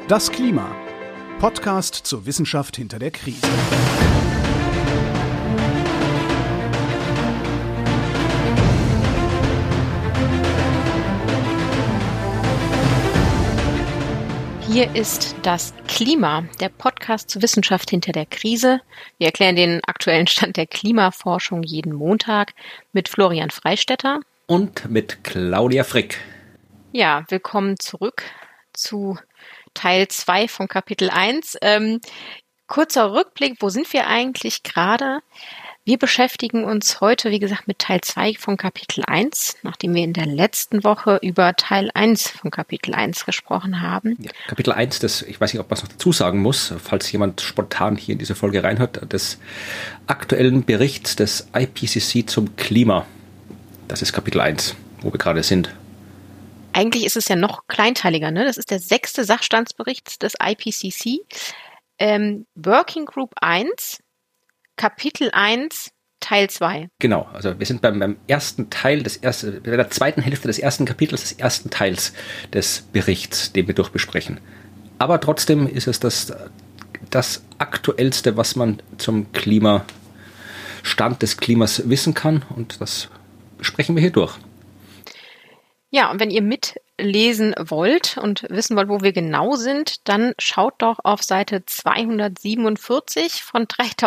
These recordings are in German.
Das Klima. Podcast zur Wissenschaft hinter der Krise. Hier ist das Klima, der Podcast zur Wissenschaft hinter der Krise. Wir erklären den aktuellen Stand der Klimaforschung jeden Montag mit Florian Freistetter und mit Claudia Frick. Ja, willkommen zurück zu Teil 2 von Kapitel 1. Kurzer Rückblick, wo sind wir eigentlich gerade? Wir beschäftigen uns heute, wie gesagt, mit Teil 2 von Kapitel 1, nachdem wir in der letzten Woche über Teil 1 von Kapitel 1 gesprochen haben. Ja, Kapitel 1, ich weiß nicht, ob man es noch dazu sagen muss, falls jemand spontan hier in diese Folge reinhört, des aktuellen Berichts des IPCC zum Klima. Das ist Kapitel 1, wo wir gerade sind. Eigentlich ist es ja noch kleinteiliger, ne? Das ist der 6. Sachstandsbericht des IPCC. Working Group 1, Kapitel 1, Teil 2. Genau, also wir sind beim ersten Teil bei der zweiten Hälfte des ersten Kapitels des ersten Teils des Berichts, den wir durchbesprechen. Aber trotzdem ist es das Aktuellste, was man zum Stand des Klimas wissen kann, und das sprechen wir hier durch. Ja, und wenn ihr mitlesen wollt und wissen wollt, wo wir genau sind, dann schaut doch auf Seite 247 von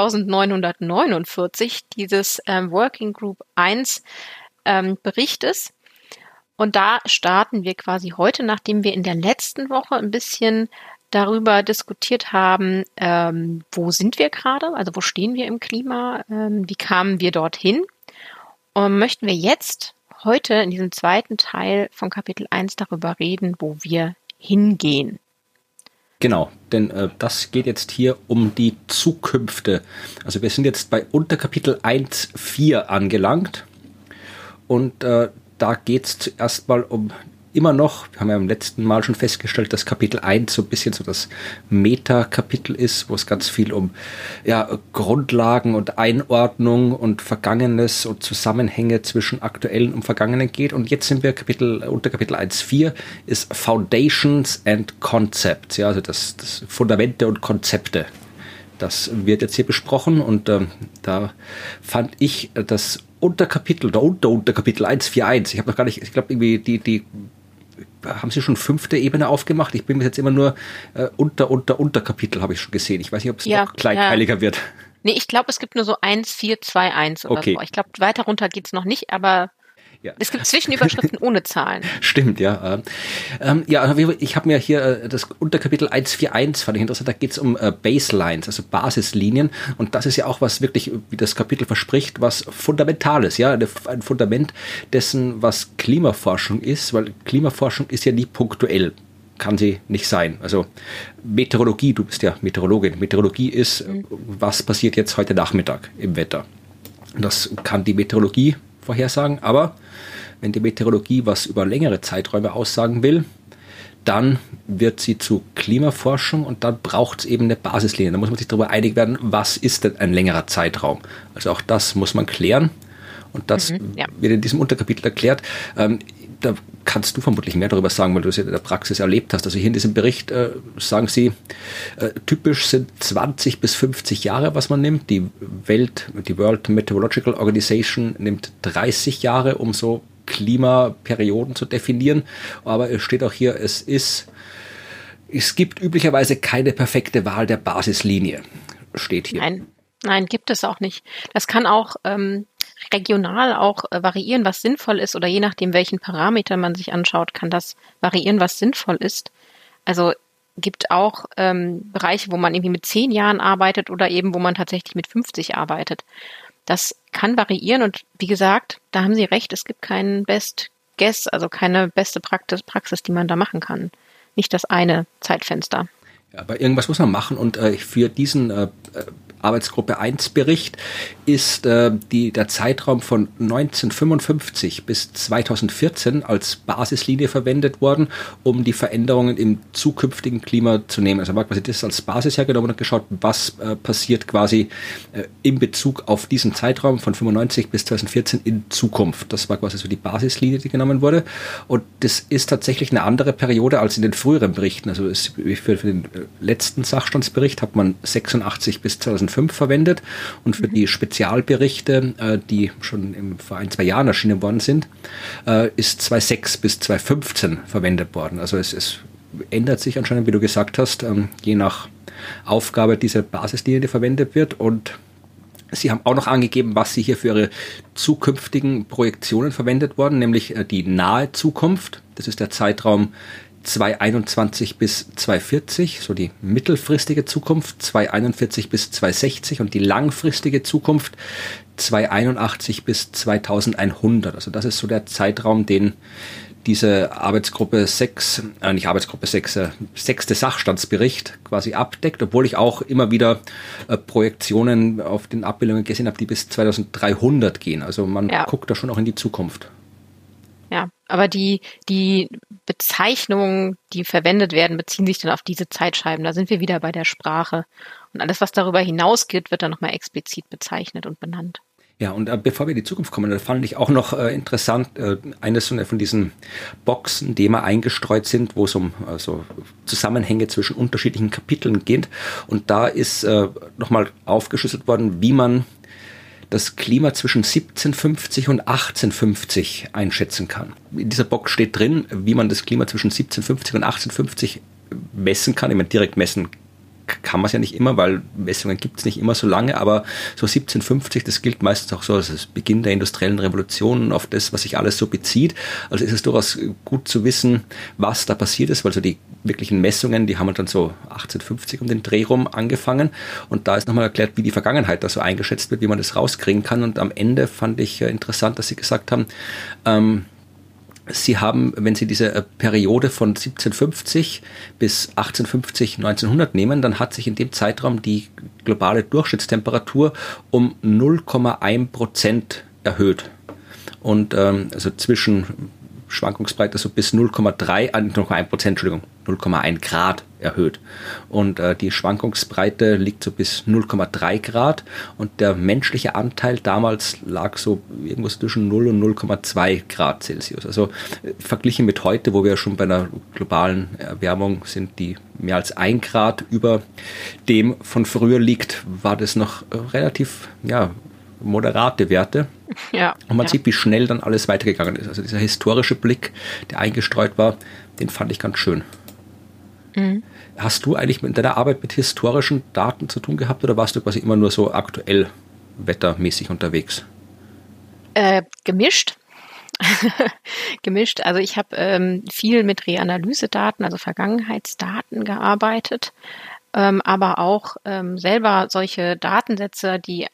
3949 dieses Working Group 1 Berichtes. Und da starten wir quasi heute, nachdem wir in der letzten Woche ein bisschen darüber diskutiert haben, wo sind wir gerade, also wo stehen wir im Klima, wie kamen wir dorthin, und möchten wir jetzt heute in diesem zweiten Teil von Kapitel 1 darüber reden, wo wir hingehen. Genau, denn das geht jetzt hier um die Zukünfte. Also wir sind jetzt bei Unterkapitel 1.4 angelangt, und da geht es zuerst mal wir haben ja im letzten Mal schon festgestellt, dass Kapitel 1 so ein bisschen so das Meta-Kapitel ist, wo es ganz viel um Grundlagen und Einordnung und Vergangenes und Zusammenhänge zwischen Aktuellen und Vergangenen geht. Und jetzt sind wir unter Kapitel 1.4 ist Foundations and Concepts, ja, also das Fundamente und Konzepte. Das wird jetzt hier besprochen, und da fand ich das Unterkapitel 1.4.1, ich habe noch gar nicht, ich glaube irgendwie haben Sie schon 5. Ebene aufgemacht? Ich bin jetzt immer nur Unterkapitel habe ich schon gesehen. Ich weiß nicht, ob es noch kleinteiliger wird. Nee, ich glaube, es gibt nur so 1.4.2.1 oder so. Ich glaube, weiter runter geht's noch nicht, aber ja. Es gibt Zwischenüberschriften ohne Zahlen. Stimmt, ja. Ich habe mir hier das Unterkapitel 1.4.1 fand ich interessant. Da geht es um Baselines, also Basislinien. Und das ist ja auch was wirklich, wie das Kapitel verspricht, was Fundamentales. Ja, ein Fundament dessen, was Klimaforschung ist. Weil Klimaforschung ist ja nie punktuell. Kann sie nicht sein. Also Meteorologie, du bist ja Meteorologin. Meteorologie ist, was passiert jetzt heute Nachmittag im Wetter. Das kann die Meteorologie vorhersagen, aber wenn die Meteorologie was über längere Zeiträume aussagen will, dann wird sie zu Klimaforschung, und dann braucht es eben eine Basislinie. Da muss man sich darüber einig werden, was ist denn ein längerer Zeitraum. Also auch das muss man klären, und das wird in diesem Unterkapitel erklärt. Da kannst du vermutlich mehr darüber sagen, weil du es ja in der Praxis erlebt hast. Also hier in diesem Bericht sagen sie, typisch sind 20 bis 50 Jahre, was man nimmt. Die World Meteorological Organization nimmt 30 Jahre, um so Klimaperioden zu definieren. Aber es steht auch hier, es gibt üblicherweise keine perfekte Wahl der Basislinie. Steht hier. Nein, gibt es auch nicht. Das kann auch regional auch variieren, was sinnvoll ist, oder je nachdem, welchen Parameter man sich anschaut, kann das variieren, was sinnvoll ist. Also gibt auch Bereiche, wo man irgendwie mit 10 Jahren arbeitet oder eben, wo man tatsächlich mit 50 arbeitet. Das kann variieren, und wie gesagt, da haben Sie recht, es gibt keinen Best Guess, also keine beste Praxis, die man da machen kann. Nicht das eine Zeitfenster. Aber irgendwas muss man machen und für diesen Arbeitsgruppe 1 Bericht ist der Zeitraum von 1955 bis 2014 als Basislinie verwendet worden, um die Veränderungen im zukünftigen Klima zu nehmen. Also man hat quasi das als Basis hergenommen und geschaut, was passiert quasi in Bezug auf diesen Zeitraum von 95 bis 2014 in Zukunft. Das war quasi so die Basislinie, die genommen wurde. Und das ist tatsächlich eine andere Periode als in den früheren Berichten. Also für den letzten Sachstandsbericht hat man 86 bis 2005 verwendet und für die Spezialberichte, die schon vor 1-2 Jahren erschienen worden sind, ist 2006 bis 2015 verwendet worden. Also es ändert sich anscheinend, wie du gesagt hast, je nach Aufgabe diese Basislinie, die verwendet wird. Und Sie haben auch noch angegeben, was Sie hier für Ihre zukünftigen Projektionen verwendet worden, nämlich die nahe Zukunft. Das ist der Zeitraum 2021 bis 2040, so die mittelfristige Zukunft, 2041 bis 2060 und die langfristige Zukunft 2081 bis 2100. Also das ist so der Zeitraum, den diese Arbeitsgruppe 6, sechste Sachstandsbericht quasi abdeckt, obwohl ich auch immer wieder Projektionen auf den Abbildungen gesehen habe, die bis 2300 gehen. Also man guckt da schon auch in die Zukunft. Ja, aber die Bezeichnungen, die verwendet werden, beziehen sich dann auf diese Zeitscheiben. Da sind wir wieder bei der Sprache. Und alles, was darüber hinausgeht, wird dann nochmal explizit bezeichnet und benannt. Ja, und bevor wir in die Zukunft kommen, da fand ich auch noch interessant, eines von diesen Boxen, die immer eingestreut sind, wo es um Zusammenhänge zwischen unterschiedlichen Kapiteln geht. Und da ist nochmal aufgeschlüsselt worden, wie man das Klima zwischen 1750 und 1850 einschätzen kann. In dieser Box steht drin, wie man das Klima zwischen 1750 und 1850 messen kann. Ich meine, direkt messen kann man es ja nicht immer, weil Messungen gibt es nicht immer so lange, aber so 1750, das gilt meistens auch so als das Beginn der industriellen Revolution, auf das, was sich alles so bezieht. Also ist es durchaus gut zu wissen, was da passiert ist, weil so die wirklichen Messungen, die haben dann so 1850 um den Dreh rum angefangen und da ist nochmal erklärt, wie die Vergangenheit da so eingeschätzt wird, wie man das rauskriegen kann und am Ende fand ich interessant, dass sie gesagt haben, Sie haben, wenn Sie diese Periode von 1750 bis 1850, 1900 nehmen, dann hat sich in dem Zeitraum die globale Durchschnittstemperatur um 0,1% erhöht. Und also zwischen Schwankungsbreite so bis 0,1 Grad erhöht. Und die Schwankungsbreite liegt so bis 0,3 Grad und der menschliche Anteil damals lag so irgendwo zwischen 0 und 0,2 Grad Celsius. Also verglichen mit heute, wo wir schon bei einer globalen Erwärmung sind, die mehr als 1 Grad über dem von früher liegt, war das noch relativ, moderate Werte. Ja, und man sieht, wie schnell dann alles weitergegangen ist. Also dieser historische Blick, der eingestreut war, den fand ich ganz schön. Mhm. Hast du eigentlich in deiner Arbeit mit historischen Daten zu tun gehabt oder warst du quasi immer nur so aktuell wettermäßig unterwegs? Gemischt. Gemischt. Also ich habe viel mit Reanalysedaten, also Vergangenheitsdaten gearbeitet, aber auch selber solche Datensätze, die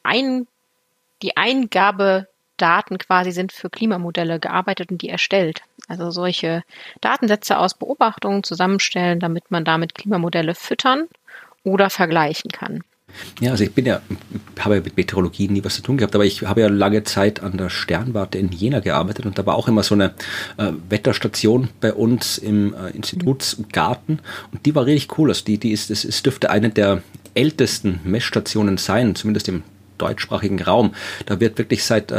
Eingabedaten quasi sind für Klimamodelle gearbeitet und die erstellt. Also solche Datensätze aus Beobachtungen zusammenstellen, damit man damit Klimamodelle füttern oder vergleichen kann. Ja, also habe mit Meteorologie nie was zu tun gehabt, aber ich habe ja lange Zeit an der Sternwarte in Jena gearbeitet und da war auch immer so eine Wetterstation bei uns im Institutsgarten und die war richtig cool. Also es dürfte eine der ältesten Messstationen sein, zumindest im deutschsprachigen Raum. Da wird wirklich seit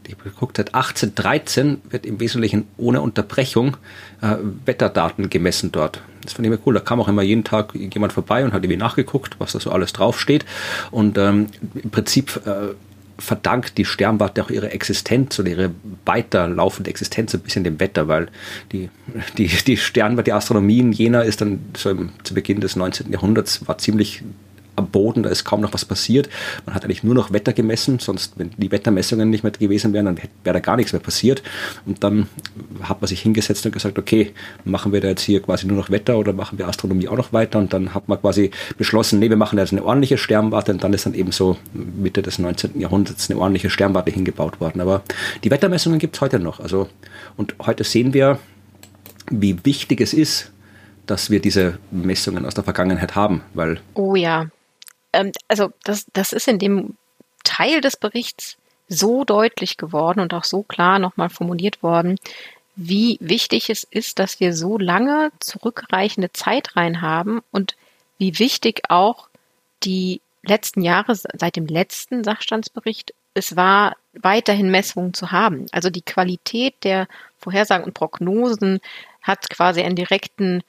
1813 wird im Wesentlichen ohne Unterbrechung Wetterdaten gemessen dort. Das fand ich mir cool. Da kam auch immer jeden Tag jemand vorbei und hat irgendwie nachgeguckt, was da so alles draufsteht. Und im Prinzip verdankt die Sternwarte auch ihre Existenz oder ihre weiterlaufende Existenz ein bisschen dem Wetter, weil die Sternwarte, die Astronomie in Jena ist dann zu Beginn des 19. Jahrhunderts war ziemlich am Boden, da ist kaum noch was passiert. Man hat eigentlich nur noch Wetter gemessen, sonst, wenn die Wettermessungen nicht mehr gewesen wären, dann wäre da gar nichts mehr passiert. Und dann hat man sich hingesetzt und gesagt, okay, machen wir da jetzt hier quasi nur noch Wetter oder machen wir Astronomie auch noch weiter? Und dann hat man quasi beschlossen, nee, wir machen jetzt eine ordentliche Sternwarte und dann ist dann eben so Mitte des 19. Jahrhunderts eine ordentliche Sternwarte hingebaut worden. Aber die Wettermessungen gibt es heute noch. Also, und heute sehen wir, wie wichtig es ist, dass wir diese Messungen aus der Vergangenheit haben, weil... Oh ja, also das ist in dem Teil des Berichts so deutlich geworden und auch so klar nochmal formuliert worden, wie wichtig es ist, dass wir so lange zurückreichende Zeitreihen haben und wie wichtig auch die letzten Jahre, seit dem letzten Sachstandsbericht, es war, weiterhin Messungen zu haben. Also die Qualität der Vorhersagen und Prognosen hat quasi eine direkte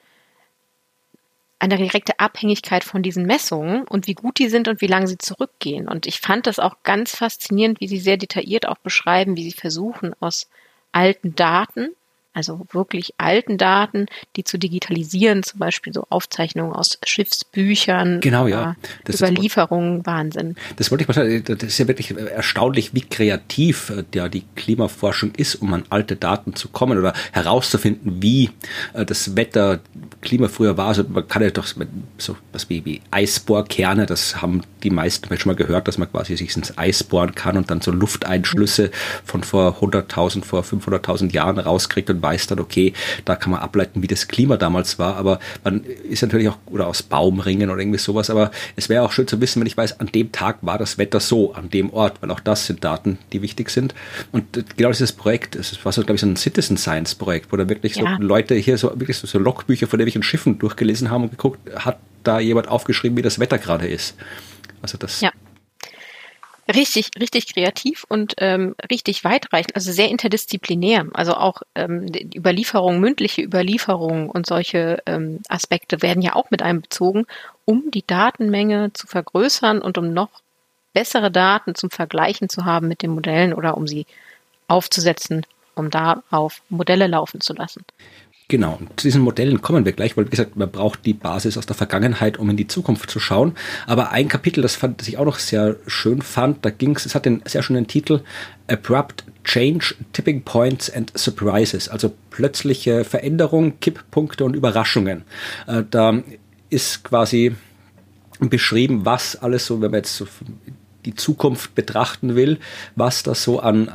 Abhängigkeit von diesen Messungen und wie gut die sind und wie lange sie zurückgehen. Und ich fand das auch ganz faszinierend, wie sie sehr detailliert auch beschreiben, wie sie versuchen, aus alten Daten, also wirklich alten Daten, die zu digitalisieren, zum Beispiel so Aufzeichnungen aus Schiffsbüchern, genau, ja. Überlieferungen, Wahnsinn. Das wollte ich mal sagen, das ist ja wirklich erstaunlich, wie kreativ die Klimaforschung ist, um an alte Daten zu kommen oder herauszufinden, wie das Wetter, Klima früher war. Also man kann ja doch so was wie Eisbohrkerne, das haben die meisten vielleicht schon mal gehört, dass man quasi sich ins Eis bohren kann und dann so Lufteinschlüsse von vor 100.000, vor 500.000 Jahren rauskriegt und weiß dann, okay, da kann man ableiten, wie das Klima damals war, aber man ist natürlich auch, oder aus Baumringen oder irgendwie sowas, aber es wäre auch schön zu wissen, wenn ich weiß, an dem Tag war das Wetter so, an dem Ort, weil auch das sind Daten, die wichtig sind. Und genau dieses Projekt, das war so, glaube ich, so ein Citizen Science Projekt, wo da wirklich so Leute hier so wirklich so Logbücher von irgendwelchen Schiffen durchgelesen haben und geguckt, hat da jemand aufgeschrieben, wie das Wetter gerade ist. Also das... Ja. Richtig, richtig kreativ und richtig weitreichend, also sehr interdisziplinär. Also auch die Überlieferung, mündliche Überlieferung und solche Aspekte werden ja auch mit einbezogen, um die Datenmenge zu vergrößern und um noch bessere Daten zum Vergleichen zu haben mit den Modellen oder um sie aufzusetzen, um darauf Modelle laufen zu lassen. Genau, zu diesen Modellen kommen wir gleich, weil wie gesagt, man braucht die Basis aus der Vergangenheit, um in die Zukunft zu schauen. Aber ein Kapitel, das ich auch noch sehr schön fand, es hat den sehr schönen Titel Abrupt Change, Tipping Points and Surprises, also plötzliche Veränderungen, Kipppunkte und Überraschungen. Da ist quasi beschrieben, was alles so, wenn man jetzt so die Zukunft betrachten will, was da so an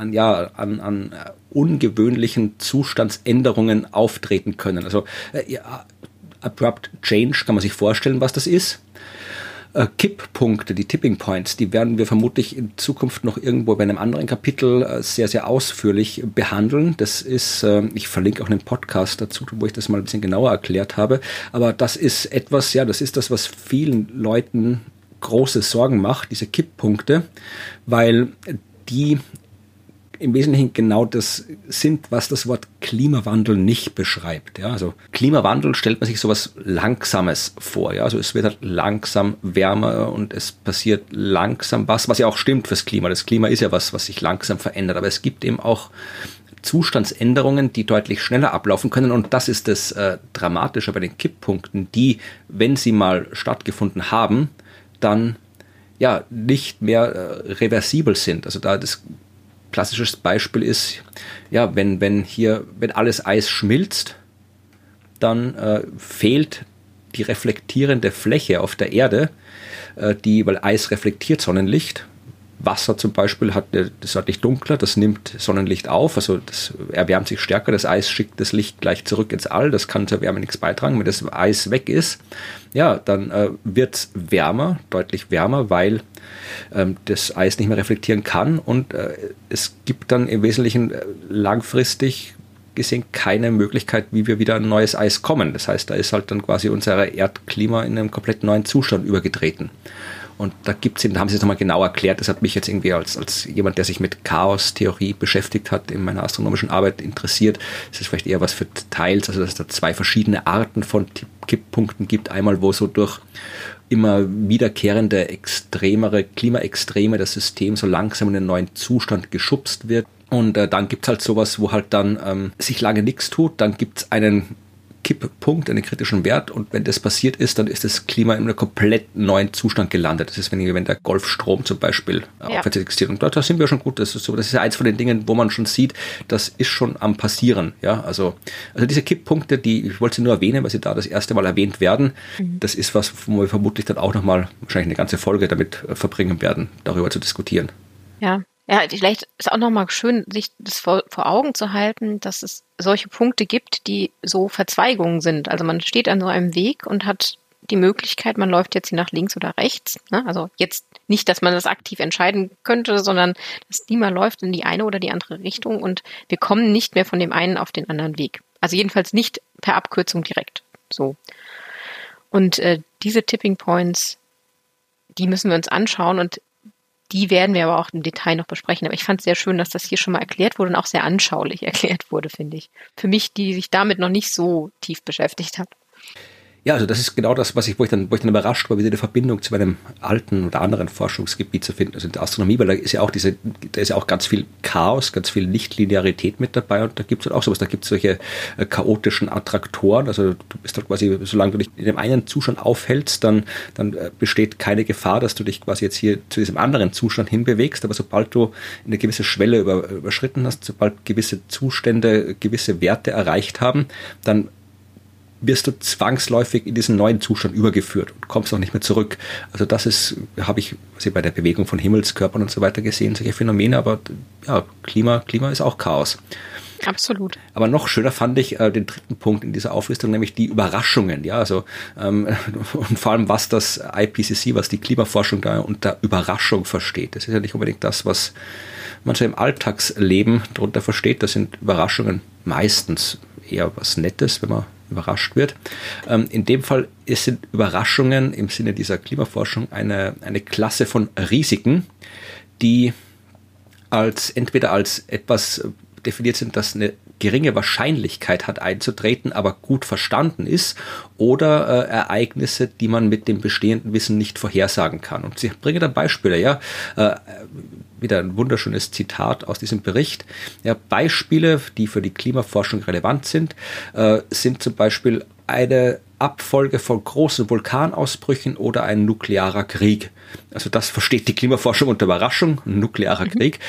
ungewöhnlichen Zustandsänderungen auftreten können. Also Abrupt Change, kann man sich vorstellen, was das ist. Kipppunkte, die Tipping Points, die werden wir vermutlich in Zukunft noch irgendwo bei einem anderen Kapitel sehr, sehr ausführlich behandeln. Das ist, ich verlinke auch einen Podcast dazu, wo ich das mal ein bisschen genauer erklärt habe. Aber das ist etwas, das ist das, was vielen Leuten große Sorgen macht, diese Kipppunkte, weil die im Wesentlichen genau das sind, was das Wort Klimawandel nicht beschreibt. Ja, also Klimawandel stellt man sich sowas Langsames vor. Ja, also es wird halt langsam wärmer und es passiert langsam was ja auch stimmt fürs Klima. Das Klima ist ja was sich langsam verändert, aber es gibt eben auch Zustandsänderungen, die deutlich schneller ablaufen können und das ist das Dramatische bei den Kipppunkten, die, wenn sie mal stattgefunden haben, dann nicht mehr reversibel sind. Also da das klassisches Beispiel ist, wenn alles Eis schmilzt, dann fehlt die reflektierende Fläche auf der Erde, weil Eis reflektiert Sonnenlicht. Wasser zum Beispiel das ist deutlich dunkler, das nimmt Sonnenlicht auf, also das erwärmt sich stärker, das Eis schickt das Licht gleich zurück ins All, das kann zur Wärme nichts beitragen. Wenn das Eis weg ist, dann wird es wärmer, deutlich wärmer, weil das Eis nicht mehr reflektieren kann und es gibt dann im Wesentlichen langfristig gesehen keine Möglichkeit, wie wir wieder an neues Eis kommen. Das heißt, da ist halt dann quasi unser Erdklima in einem komplett neuen Zustand übergetreten. Und da haben sie es nochmal genau erklärt. Das hat mich jetzt irgendwie als jemand, der sich mit Chaostheorie beschäftigt hat, in meiner astronomischen Arbeit interessiert. Das ist vielleicht eher was für Details, also dass es da zwei verschiedene Arten von Kipppunkten gibt. Einmal, wo so durch immer wiederkehrende extremere Klimaextreme das System so langsam in einen neuen Zustand geschubst wird. Und dann gibt's halt sowas, wo halt dann sich lange nichts tut. Dann gibt's einen Kipppunkt, einen kritischen Wert und wenn das passiert ist, dann ist das Klima in einem komplett neuen Zustand gelandet. Das ist, wenn der Golfstrom zum Beispiel aufwärts existiert. Und da sind wir schon gut. Das ist ja eins von den Dingen, wo man schon sieht, das ist schon am Passieren. Ja, also diese Kipppunkte, ich wollte sie nur erwähnen, weil sie da das erste Mal erwähnt werden. Das ist was, wo wir vermutlich dann auch nochmal wahrscheinlich eine ganze Folge damit verbringen werden, darüber zu diskutieren. Ja. Ja, vielleicht ist auch nochmal schön, sich das vor Augen zu halten, dass es solche Punkte gibt, die so Verzweigungen sind. Also man steht an so einem Weg und hat die Möglichkeit, man läuft jetzt hier nach links oder rechts. Ne? Also jetzt nicht, dass man das aktiv entscheiden könnte, sondern das Klima läuft in die eine oder die andere Richtung und wir kommen nicht mehr von dem einen auf den anderen Weg. Also jedenfalls nicht per Abkürzung direkt. So. Und diese Tipping Points, die müssen wir uns anschauen und die werden wir aber auch im Detail noch besprechen. Aber ich fand es sehr schön, dass das hier schon mal erklärt wurde und auch sehr anschaulich erklärt wurde, finde ich. Für mich, die sich damit noch nicht so tief beschäftigt hat. Ja, also das ist genau das, wo ich dann überrascht war, wieder die Verbindung zu meinem alten oder anderen Forschungsgebiet zu finden, also in der Astronomie, weil da ist ja auch ganz viel Chaos, ganz viel Nichtlinearität mit dabei und da gibt es halt auch sowas, da gibt es solche chaotischen Attraktoren, also du bist halt quasi, solange du dich in dem einen Zustand aufhältst, dann besteht keine Gefahr, dass du dich quasi jetzt hier zu diesem anderen Zustand hinbewegst, aber sobald du eine gewisse Schwelle überschritten hast, sobald gewisse Zustände gewisse Werte erreicht haben, dann wirst du zwangsläufig in diesen neuen Zustand übergeführt und kommst auch nicht mehr zurück. Also das habe ich bei der Bewegung von Himmelskörpern und so weiter gesehen, solche Phänomene, aber ja, Klima ist auch Chaos. Absolut. Aber noch schöner fand ich den dritten Punkt in dieser Auflistung, nämlich die Überraschungen. Ja, also und vor allem was das IPCC, was die Klimaforschung da unter Überraschung versteht. Das ist ja nicht unbedingt das, was man so im Alltagsleben darunter versteht. Das sind Überraschungen meistens eher was Nettes, wenn man überrascht wird. In dem Fall sind Überraschungen im Sinne dieser Klimaforschung eine Klasse von Risiken, die entweder als etwas definiert sind, das eine geringe Wahrscheinlichkeit hat einzutreten, aber gut verstanden ist, oder Ereignisse, die man mit dem bestehenden Wissen nicht vorhersagen kann. Und sie bringen da Beispiele, ja, wieder ein wunderschönes Zitat aus diesem Bericht. Ja, Beispiele, die für die Klimaforschung relevant sind, sind zum Beispiel eine Abfolge von großen Vulkanausbrüchen oder ein nuklearer Krieg. Also das versteht die Klimaforschung unter Überraschung, ein nuklearer Krieg.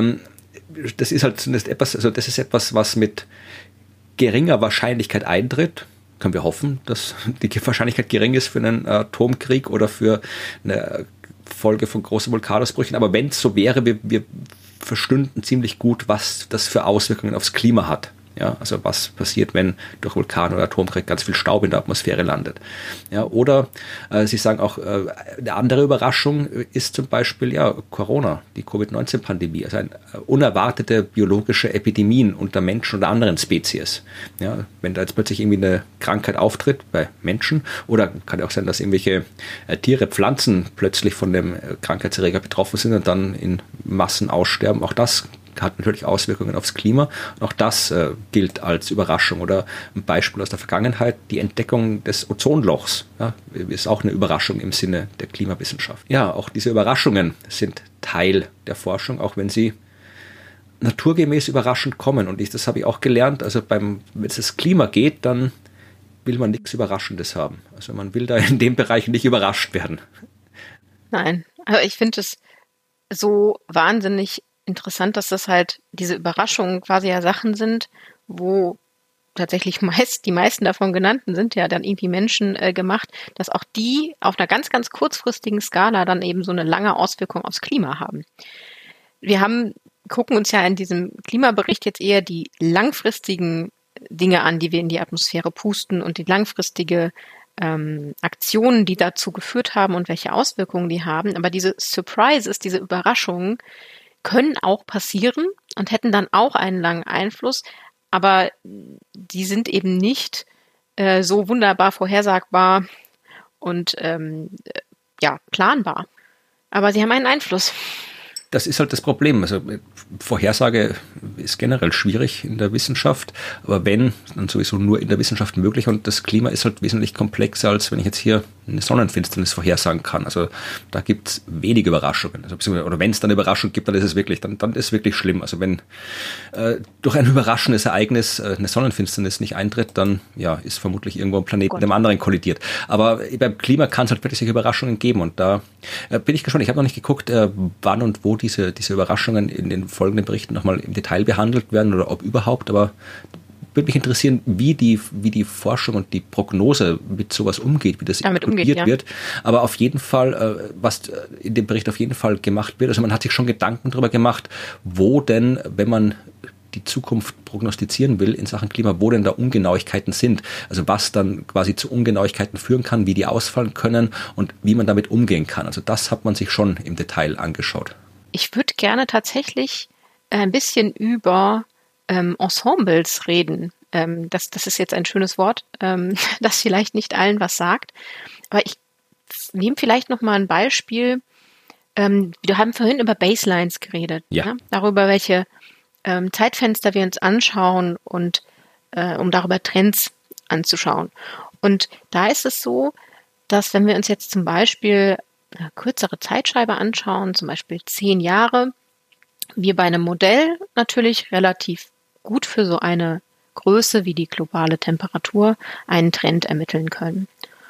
Das ist halt zumindest etwas, was mit geringer Wahrscheinlichkeit eintritt. Können wir hoffen, dass die Wahrscheinlichkeit gering ist für einen Atomkrieg oder für eine Folge von großen Vulkanausbrüchen. Aber wenn es so wäre, wir verstünden ziemlich gut, was das für Auswirkungen aufs Klima hat. Ja, also was passiert, wenn durch Vulkan oder Atomkrieg ganz viel Staub in der Atmosphäre landet. Ja, oder Sie sagen auch, eine andere Überraschung ist zum Beispiel Corona, die Covid-19-Pandemie, also unerwartete biologische Epidemien unter Menschen oder anderen Spezies. Ja, wenn da jetzt plötzlich irgendwie eine Krankheit auftritt bei Menschen, oder kann ja auch sein, dass irgendwelche Tiere, Pflanzen plötzlich von dem Krankheitserreger betroffen sind und dann in Massen aussterben, auch das hat natürlich Auswirkungen aufs Klima. Und auch das gilt als Überraschung. Oder ein Beispiel aus der Vergangenheit, die Entdeckung des Ozonlochs, ist auch eine Überraschung im Sinne der Klimawissenschaft. Ja, auch diese Überraschungen sind Teil der Forschung, auch wenn sie naturgemäß überraschend kommen. Und das habe ich auch gelernt, also wenn es das Klima geht, dann will man nichts Überraschendes haben. Also man will da in dem Bereich nicht überrascht werden. Nein, aber ich finde es so wahnsinnig interessant, dass das halt diese Überraschungen quasi ja Sachen sind, wo tatsächlich die meisten davon genannten sind ja dann irgendwie Menschen gemacht, dass auch die auf einer ganz, ganz kurzfristigen Skala dann eben so eine lange Auswirkung aufs Klima haben. Wir gucken uns ja in diesem Klimabericht jetzt eher die langfristigen Dinge an, die wir in die Atmosphäre pusten und die langfristige Aktionen, die dazu geführt haben und welche Auswirkungen die haben. Aber diese Surprises, diese Überraschungen, können auch passieren und hätten dann auch einen langen Einfluss, aber die sind eben nicht so wunderbar vorhersagbar und planbar. Aber sie haben einen Einfluss. Das ist halt das Problem. Also Vorhersage ist generell schwierig in der Wissenschaft, aber wenn, dann sowieso nur in der Wissenschaft möglich, und das Klima ist halt wesentlich komplexer, als wenn ich jetzt hier eine Sonnenfinsternis vorhersagen kann. Also da gibt es wenig Überraschungen. Also, oder wenn es dann eine Überraschung gibt, dann ist es wirklich, dann ist es wirklich schlimm. Also wenn durch ein überraschendes Ereignis eine Sonnenfinsternis nicht eintritt, dann ist vermutlich irgendwo ein Planet mit einem anderen kollidiert. Aber beim Klima kann es halt wirklich solche Überraschungen geben, und da bin ich gespannt. Ich habe noch nicht geguckt, wann und wo diese Überraschungen in den folgenden Berichten nochmal im Detail behandelt werden oder ob überhaupt, aber würde mich interessieren, wie die Forschung und die Prognose mit sowas umgeht, wie das damit umgeht, wird. Aber auf jeden Fall, was in dem Bericht auf jeden Fall gemacht wird, also man hat sich schon Gedanken darüber gemacht, wo denn, wenn man die Zukunft prognostizieren will in Sachen Klima, wo denn da Ungenauigkeiten sind. Also was dann quasi zu Ungenauigkeiten führen kann, wie die ausfallen können und wie man damit umgehen kann. Also das hat man sich schon im Detail angeschaut. Ich würde gerne tatsächlich ein bisschen über Ensembles reden. Das ist jetzt ein schönes Wort, das vielleicht nicht allen was sagt. Aber ich nehme vielleicht noch mal ein Beispiel. Wir haben vorhin über Baselines geredet. Ja. Ne? Darüber, welche Zeitfenster wir uns anschauen und um darüber Trends anzuschauen. Und da ist es so, dass wenn wir uns jetzt zum Beispiel eine kürzere Zeitscheibe anschauen, zum Beispiel 10 Jahre, wir bei einem Modell natürlich relativ gut für so eine Größe wie die globale Temperatur einen Trend ermitteln können.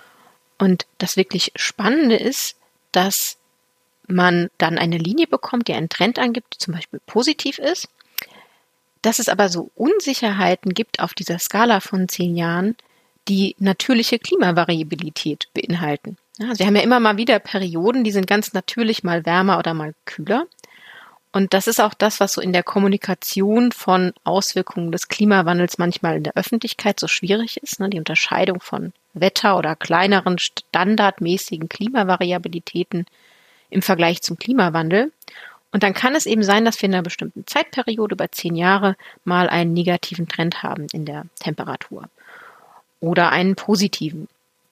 Und das wirklich Spannende ist, dass man dann eine Linie bekommt, die einen Trend angibt, die zum Beispiel positiv ist, dass es aber so Unsicherheiten gibt auf dieser Skala von 10 Jahren, die natürliche Klimavariabilität beinhalten. Ja, also wir haben ja immer mal wieder Perioden, die sind ganz natürlich mal wärmer oder mal kühler. Und das ist auch das, was so in der Kommunikation von Auswirkungen des Klimawandels manchmal in der Öffentlichkeit so schwierig ist, ne? Die Unterscheidung von Wetter- oder kleineren standardmäßigen Klimavariabilitäten im Vergleich zum Klimawandel. Und dann kann es eben sein, dass wir in einer bestimmten Zeitperiode über 10 Jahre mal einen negativen Trend haben in der Temperatur oder einen positiven.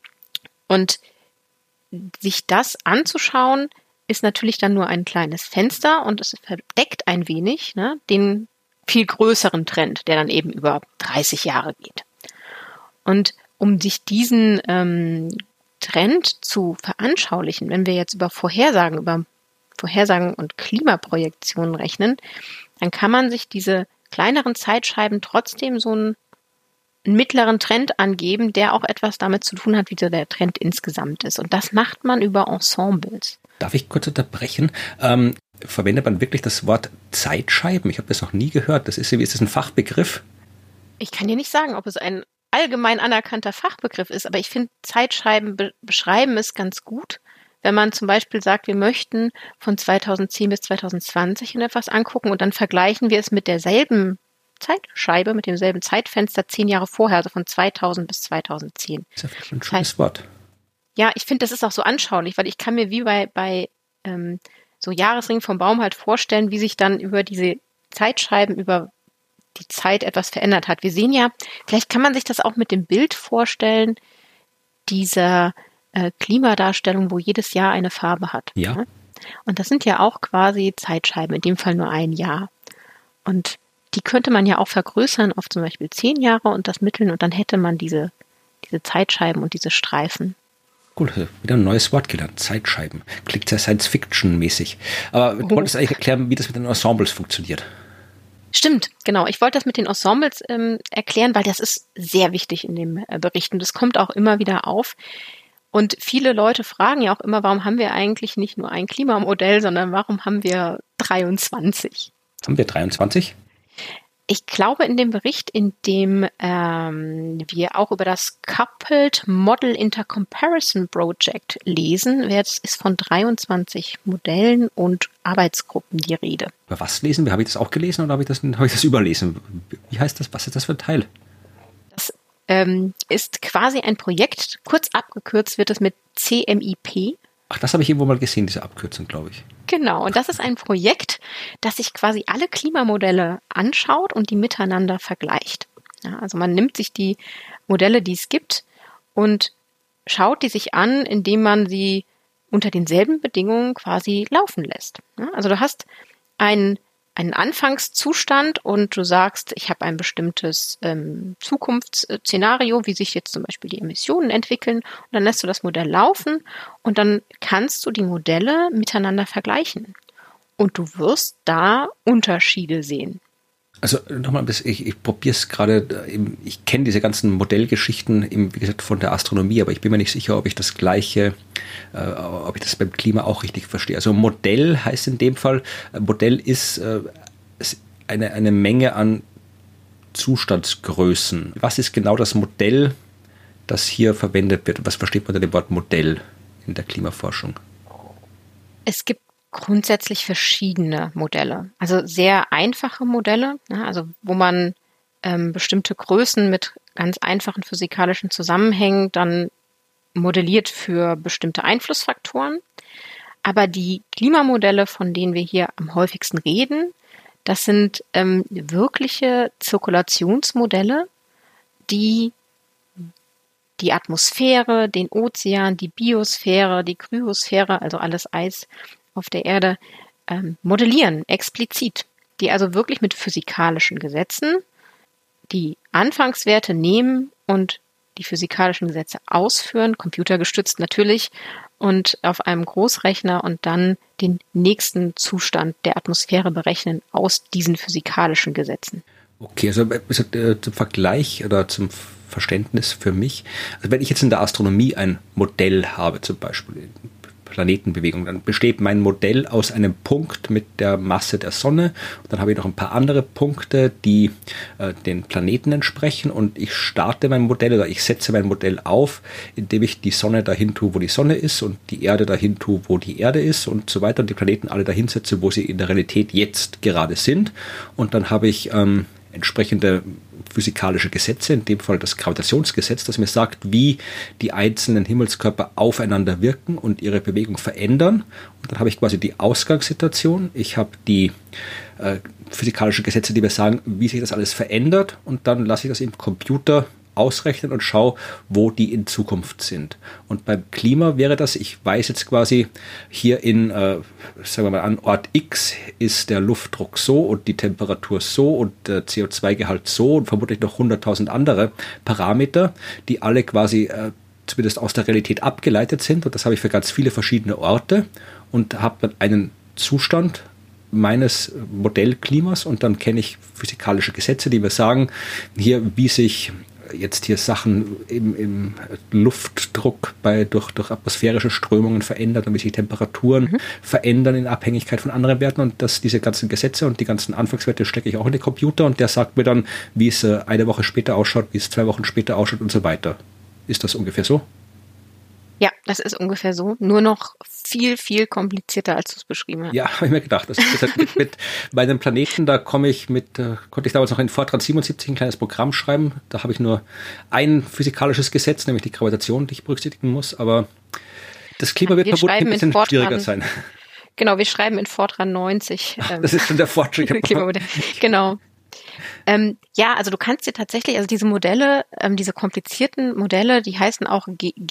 Und sich das anzuschauen, ist natürlich dann nur ein kleines Fenster und es verdeckt ein wenig, ne, den viel größeren Trend, der dann eben über 30 Jahre geht. Und um sich diesen Trend zu veranschaulichen, wenn wir jetzt über Vorhersagen und Klimaprojektionen rechnen, dann kann man sich diese kleineren Zeitscheiben trotzdem so einen mittleren Trend angeben, der auch etwas damit zu tun hat, wie so der Trend insgesamt ist. Und das macht man über Ensembles. Darf ich kurz unterbrechen? Verwendet man wirklich das Wort Zeitscheiben? Ich habe das noch nie gehört. Ist das ein Fachbegriff? Ich kann dir nicht sagen, ob es ein allgemein anerkannter Fachbegriff ist, aber ich finde, Zeitscheiben beschreiben es ganz gut. Wenn man zum Beispiel sagt, wir möchten von 2010 bis 2020 etwas angucken und dann vergleichen wir es mit derselben Zeitscheibe, mit demselben Zeitfenster 10 Jahre vorher, also von 2000 bis 2010. Das ist ja ein schönes Wort. Ja, ich finde, das ist auch so anschaulich, weil ich kann mir wie bei so Jahresring vom Baum halt vorstellen, wie sich dann über diese Zeitscheiben, über die Zeit etwas verändert hat. Wir sehen ja, vielleicht kann man sich das auch mit dem Bild vorstellen, dieser Klimadarstellung, wo jedes Jahr eine Farbe hat. Ja. Ne? Und das sind ja auch quasi Zeitscheiben, in dem Fall nur ein Jahr. Und die könnte man ja auch vergrößern auf zum Beispiel 10 Jahre und das mitteln und dann hätte man diese Zeitscheiben und diese Streifen. Cool, wieder ein neues Wort gelernt. Zeitscheiben. Klingt sehr Science-Fiction-mäßig. Aber du wolltest eigentlich erklären, wie das mit den Ensembles funktioniert. Stimmt, genau. Ich wollte das mit den Ensembles erklären, weil das ist sehr wichtig in dem Bericht und das kommt auch immer wieder auf. Und viele Leute fragen ja auch immer, warum haben wir eigentlich nicht nur ein Klimamodell, sondern warum haben wir 23? Haben wir 23? Ich glaube, in dem Bericht, in dem wir auch über das Coupled Model Intercomparison Project lesen, ist von 23 Modellen und Arbeitsgruppen die Rede. Über was lesen wir? Habe ich das auch gelesen oder habe ich das überlesen? Wie heißt das? Was ist das für ein Teil? Das ist quasi ein Projekt, kurz abgekürzt wird es mit CMIP. Ach, das habe ich irgendwo mal gesehen, diese Abkürzung, glaube ich. Genau, und das ist ein Projekt, das sich quasi alle Klimamodelle anschaut und die miteinander vergleicht. Ja, also man nimmt sich die Modelle, die es gibt, und schaut die sich an, indem man sie unter denselben Bedingungen quasi laufen lässt. Ja, also du hast einen Anfangszustand und du sagst, ich habe ein bestimmtes Zukunftsszenario, wie sich jetzt zum Beispiel die Emissionen entwickeln, und dann lässt du das Modell laufen und dann kannst du die Modelle miteinander vergleichen und du wirst da Unterschiede sehen. Also nochmal, ich probiere es gerade, ich kenne diese ganzen Modellgeschichten, wie gesagt, von der Astronomie, aber ich bin mir nicht sicher, ob ich das Gleiche, ob ich das beim Klima auch richtig verstehe. Also Modell heißt in dem Fall, Modell ist eine Menge an Zustandsgrößen. Was ist genau das Modell, das hier verwendet wird? Was versteht man unter dem Wort Modell in der Klimaforschung? Es gibt grundsätzlich verschiedene Modelle. Also sehr einfache Modelle, also wo man bestimmte Größen mit ganz einfachen physikalischen Zusammenhängen dann modelliert für bestimmte Einflussfaktoren. Aber die Klimamodelle, von denen wir hier am häufigsten reden, das sind wirkliche Zirkulationsmodelle, die die Atmosphäre, den Ozean, die Biosphäre, die Kryosphäre, also alles Eis auf der Erde, modellieren, explizit. Die also wirklich mit physikalischen Gesetzen die Anfangswerte nehmen und die physikalischen Gesetze ausführen, computergestützt natürlich, und auf einem Großrechner und dann den nächsten Zustand der Atmosphäre berechnen aus diesen physikalischen Gesetzen. Okay, also zum Vergleich oder zum Verständnis für mich, also wenn ich jetzt in der Astronomie ein Modell habe, zum Beispiel Planetenbewegung, dann besteht mein Modell aus einem Punkt mit der Masse der Sonne und dann habe ich noch ein paar andere Punkte, die den Planeten entsprechen und ich starte mein Modell oder ich setze mein Modell auf, indem ich die Sonne dahin tue, wo die Sonne ist und die Erde dahin tue, wo die Erde ist und so weiter und die Planeten alle dahin setze, wo sie in der Realität jetzt gerade sind und dann habe ich entsprechende physikalische Gesetze, in dem Fall das Gravitationsgesetz, das mir sagt, wie die einzelnen Himmelskörper aufeinander wirken und ihre Bewegung verändern. Und dann habe ich quasi die Ausgangssituation, ich habe die physikalischen Gesetze, die mir sagen, wie sich das alles verändert und dann lasse ich das im Computer ausrechnen und schaue, wo die in Zukunft sind. Und beim Klima wäre das, ich weiß jetzt quasi, hier in, sagen wir mal an Ort X ist der Luftdruck so und die Temperatur so und der CO2-Gehalt so und vermutlich noch 100.000 andere Parameter, die alle quasi zumindest aus der Realität abgeleitet sind. Und das habe ich für ganz viele verschiedene Orte und habe dann einen Zustand meines Modellklimas und dann kenne ich physikalische Gesetze, die mir sagen, hier, wie sich jetzt hier Sachen im Luftdruck durch atmosphärische Strömungen verändert und wie sich Temperaturen verändern in Abhängigkeit von anderen Werten und dass diese ganzen Gesetze und die ganzen Anfangswerte stecke ich auch in den Computer und der sagt mir dann, wie es eine Woche später ausschaut, wie es 2 Wochen später ausschaut und so weiter. Ist das ungefähr so? Ja, das ist ungefähr so. Nur noch viel, viel komplizierter, als du es beschrieben hast. Ja, habe ich mir gedacht. Das ist mit meinem Planeten, da konnte ich damals noch in Fortran 77 ein kleines Programm schreiben. Da habe ich nur ein physikalisches Gesetz, nämlich die Gravitation, die ich berücksichtigen muss. Aber das Klima wird vermutlich ein bisschen schwieriger sein. Genau, wir schreiben in Fortran 90. Das ist schon der Fortschritt. Genau. Ja, also du kannst dir tatsächlich, also diese Modelle, diese komplizierten Modelle, die heißen auch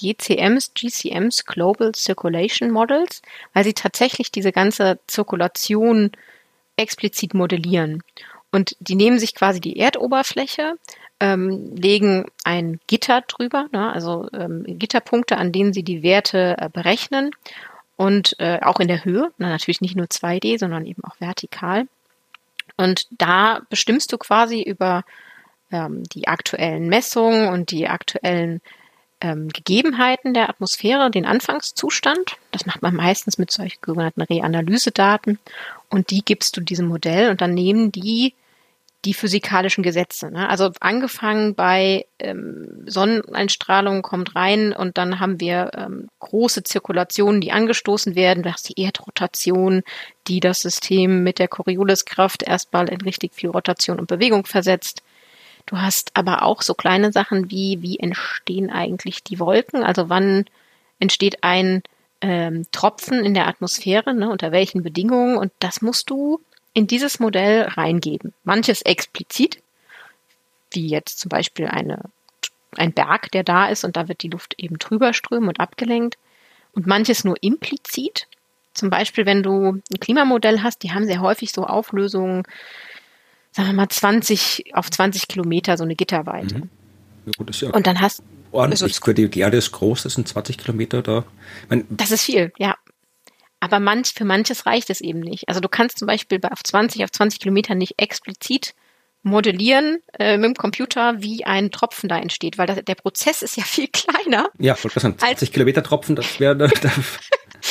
GCMs, Global Circulation Models, weil sie tatsächlich diese ganze Zirkulation explizit modellieren. Und die nehmen sich quasi die Erdoberfläche, legen ein Gitter drüber, also Gitterpunkte, an denen sie die Werte berechnen und auch in der Höhe, natürlich nicht nur 2D, sondern eben auch vertikal. Und da bestimmst du quasi über die aktuellen Messungen und die aktuellen Gegebenheiten der Atmosphäre den Anfangszustand. Das macht man meistens mit solchen sogenannten Reanalysedaten. Und die gibst du diesem Modell und dann nehmen die physikalischen Gesetze. Also angefangen bei Sonneneinstrahlung kommt rein und dann haben wir große Zirkulationen, die angestoßen werden. Du hast die Erdrotation, die das System mit der Corioliskraft erstmal in richtig viel Rotation und Bewegung versetzt. Du hast aber auch so kleine Sachen wie entstehen eigentlich die Wolken? Also wann entsteht ein Tropfen in der Atmosphäre, unter welchen Bedingungen? Und das musst du in dieses Modell reingeben. Manches explizit, wie jetzt zum Beispiel ein Berg, der da ist und da wird die Luft eben drüber strömen und abgelenkt. Und manches nur implizit. Zum Beispiel, wenn du ein Klimamodell hast, die haben sehr häufig so Auflösungen, sagen wir mal 20 auf 20 Kilometer, so eine Gitterweite. Ja, gut, das ist ja und dann hast ordentlich. Die Erde ist groß, das sind 20 Kilometer da. Das ist viel, ja. Aber für manches reicht es eben nicht. Also du kannst zum Beispiel auf 20 Kilometer nicht explizit modellieren mit dem Computer, wie ein Tropfen da entsteht, weil der Prozess ist ja viel kleiner. Ja, das sind 20 Kilometer Tropfen, das wäre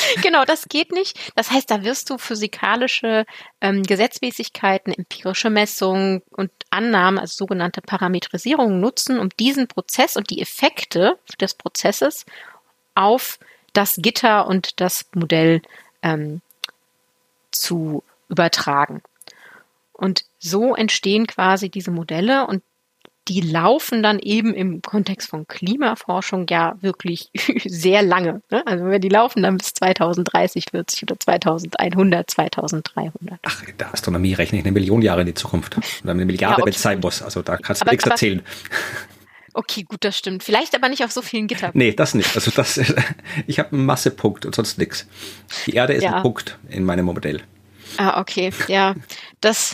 Genau, das geht nicht. Das heißt, da wirst du physikalische Gesetzmäßigkeiten, empirische Messungen und Annahmen, also sogenannte Parametrisierungen nutzen, um diesen Prozess und die Effekte des Prozesses auf das Gitter und das Modell zu übertragen. Und so entstehen quasi diese Modelle und die laufen dann eben im Kontext von Klimaforschung ja wirklich sehr lange. Ne? Also die laufen dann bis 2030, 40 oder 2100, 2300. Ach, in der Astronomie rechne ich 1 Million Jahre in die Zukunft. Oder 1 Milliarde, ja, okay, wenn es sein muss. Also da kannst du nichts erzählen. Okay, gut, das stimmt. Vielleicht aber nicht auf so vielen Gittern. Nee, das nicht. Also ich habe einen Massepunkt und sonst nichts. Die Erde ist ein Punkt in meinem Modell. Ah, okay. Ja, das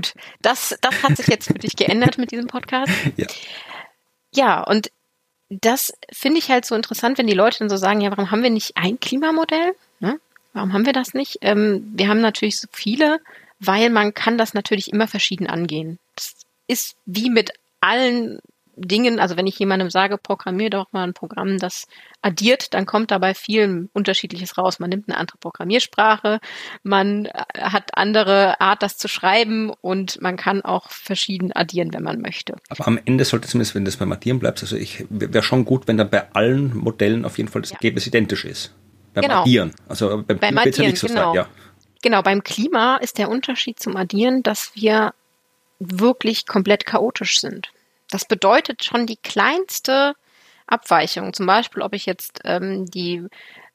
hat sich jetzt für dich geändert mit diesem Podcast. Ja. Ja, und das finde ich halt so interessant, wenn die Leute dann so sagen, ja, warum haben wir nicht ein Klimamodell? Ne? Warum haben wir das nicht? Wir haben natürlich so viele, weil man kann das natürlich immer verschieden angehen. Das ist wie mit allen Dingen, also wenn ich jemandem sage, programmier doch mal ein Programm, das addiert, dann kommt dabei viel Unterschiedliches raus. Man nimmt eine andere Programmiersprache, man hat andere Art, das zu schreiben und man kann auch verschieden addieren, wenn man möchte. Aber am Ende sollte zumindest, wenn das beim Addieren bleibt, also wäre schon gut, wenn dann bei allen Modellen auf jeden Fall das Ergebnis identisch ist. Beim Addieren. Also beim Klima wird es ja nicht so sein. Ja. Genau, beim Klima ist der Unterschied zum Addieren, dass wir wirklich komplett chaotisch sind. Das bedeutet schon die kleinste Abweichung. Zum Beispiel, ob ich jetzt die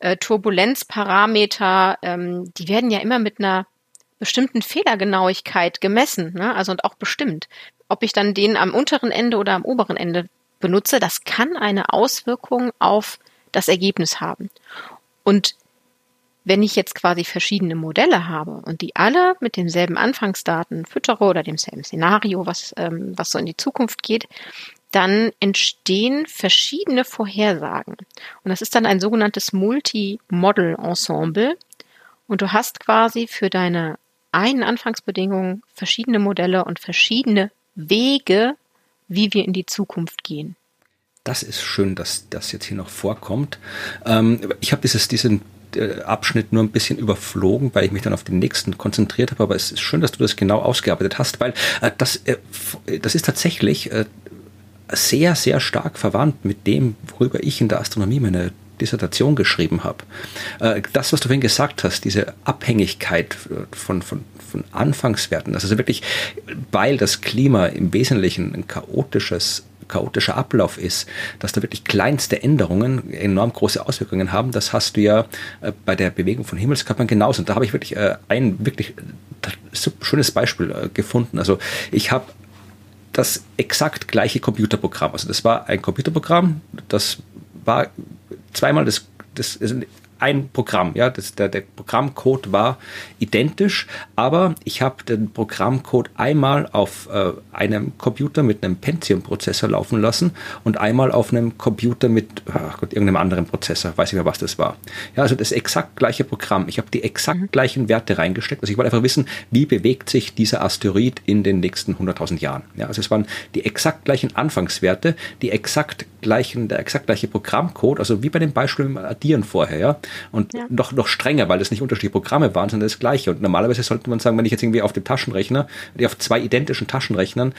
Turbulenzparameter, die werden ja immer mit einer bestimmten Fehlergenauigkeit gemessen, ne? Also und auch bestimmt. Ob ich dann den am unteren Ende oder am oberen Ende benutze, das kann eine Auswirkung auf das Ergebnis haben. Und wenn ich jetzt quasi verschiedene Modelle habe und die alle mit denselben Anfangsdaten füttere oder demselben Szenario, was so in die Zukunft geht, dann entstehen verschiedene Vorhersagen. Und das ist dann ein sogenanntes Multi-Model-Ensemble. Und du hast quasi für deine einen Anfangsbedingungen verschiedene Modelle und verschiedene Wege, wie wir in die Zukunft gehen. Das ist schön, dass das jetzt hier noch vorkommt. Ich habe diesen Abschnitt nur ein bisschen überflogen, weil ich mich dann auf den nächsten konzentriert habe, aber es ist schön, dass du das genau ausgearbeitet hast, weil das ist tatsächlich sehr, sehr stark verwandt mit dem, worüber ich in der Astronomie meine Dissertation geschrieben habe. Das, was du vorhin gesagt hast, diese Abhängigkeit von Anfangswerten, also wirklich, weil das Klima im Wesentlichen ein chaotischer Ablauf ist, dass da wirklich kleinste Änderungen enorm große Auswirkungen haben. Das hast du ja bei der Bewegung von Himmelskörpern genauso. Und da habe ich wirklich ein wirklich schönes Beispiel gefunden. Also ich habe das exakt gleiche Computerprogramm. Also das war ein Computerprogramm, das war zweimal ein Programm, ja, der Programmcode war identisch, aber ich habe den Programmcode einmal auf einem Computer mit einem Pentium-Prozessor laufen lassen und einmal auf einem Computer mit irgendeinem anderen Prozessor, weiß ich mehr, was das war. Ja, also das exakt gleiche Programm. Ich habe die exakt gleichen Werte reingesteckt. Also ich wollte einfach wissen, wie bewegt sich dieser Asteroid in den nächsten 100.000 Jahren. Ja, also es waren die exakt gleichen Anfangswerte, der exakt gleiche Programmcode, also wie bei dem Beispiel mit dem Addieren vorher, ja. Und noch strenger, weil das nicht unterschiedliche Programme waren, sondern das gleiche. Und normalerweise sollte man sagen, wenn ich jetzt irgendwie auf dem Taschenrechner, auf 2 identischen Taschenrechnern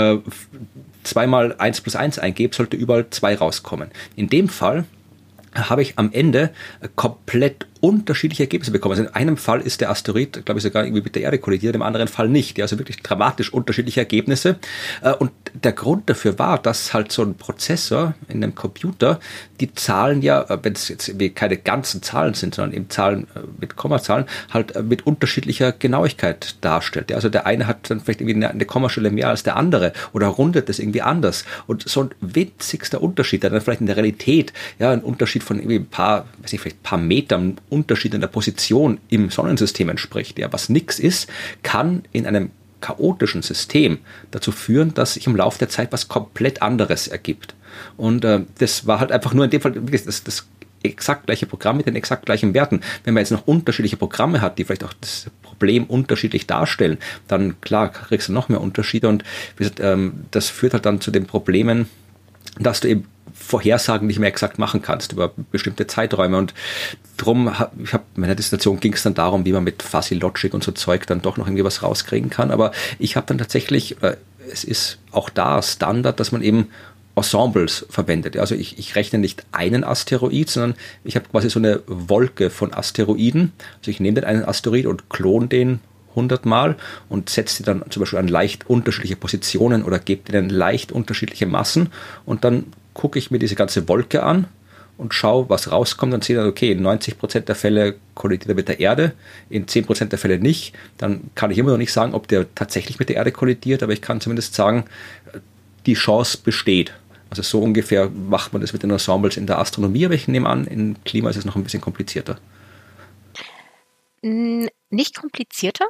2 mal 1 plus 1 eingebe, sollte überall 2 rauskommen. In dem Fall habe ich am Ende komplett unterschiedliche Ergebnisse bekommen. Also in einem Fall ist der Asteroid, glaube ich, sogar irgendwie mit der Erde kollidiert, im anderen Fall nicht. Ja, also wirklich dramatisch unterschiedliche Ergebnisse. Und der Grund dafür war, dass halt so ein Prozessor in einem Computer die Zahlen ja, wenn es jetzt keine ganzen Zahlen sind, sondern eben Zahlen mit Kommazahlen, halt mit unterschiedlicher Genauigkeit darstellt. Ja, also der eine hat dann vielleicht irgendwie eine Kommastelle mehr als der andere oder rundet das irgendwie anders. Und so ein winzigster Unterschied, der dann vielleicht in der Realität, ja, ein Unterschied von irgendwie vielleicht ein paar Metern Unterschied in der Position im Sonnensystem entspricht, ja, was nix ist, kann in einem chaotischen System dazu führen, dass sich im Laufe der Zeit was komplett anderes ergibt. Und das war halt einfach nur in dem Fall wirklich das exakt gleiche Programm mit den exakt gleichen Werten. Wenn man jetzt noch unterschiedliche Programme hat, die vielleicht auch das Problem unterschiedlich darstellen, dann klar kriegst du noch mehr Unterschiede und wie gesagt, das führt halt dann zu den Problemen, dass du eben Vorhersagen nicht mehr exakt machen kannst über bestimmte Zeiträume. Und drum, meiner Dissertation ging es dann darum, wie man mit Fuzzy Logic und so Zeug dann doch noch irgendwie was rauskriegen kann. Aber ich habe dann tatsächlich, es ist auch da Standard, dass man eben Ensembles verwendet. Also ich rechne nicht einen Asteroid, sondern ich habe quasi so eine Wolke von Asteroiden. Also ich nehme den einen Asteroid und klone den 100 Mal und setze die dann zum Beispiel an leicht unterschiedliche Positionen oder gebe denen leicht unterschiedliche Massen und dann gucke ich mir diese ganze Wolke an und schaue, was rauskommt und sehe dann, okay, in 90% der Fälle kollidiert er mit der Erde, in 10% der Fälle nicht. Dann kann ich immer noch nicht sagen, ob der tatsächlich mit der Erde kollidiert, aber ich kann zumindest sagen, die Chance besteht. Also so ungefähr macht man das mit den Ensembles in der Astronomie, aber ich nehme an, im Klima ist es noch ein bisschen komplizierter. Nicht komplizierter,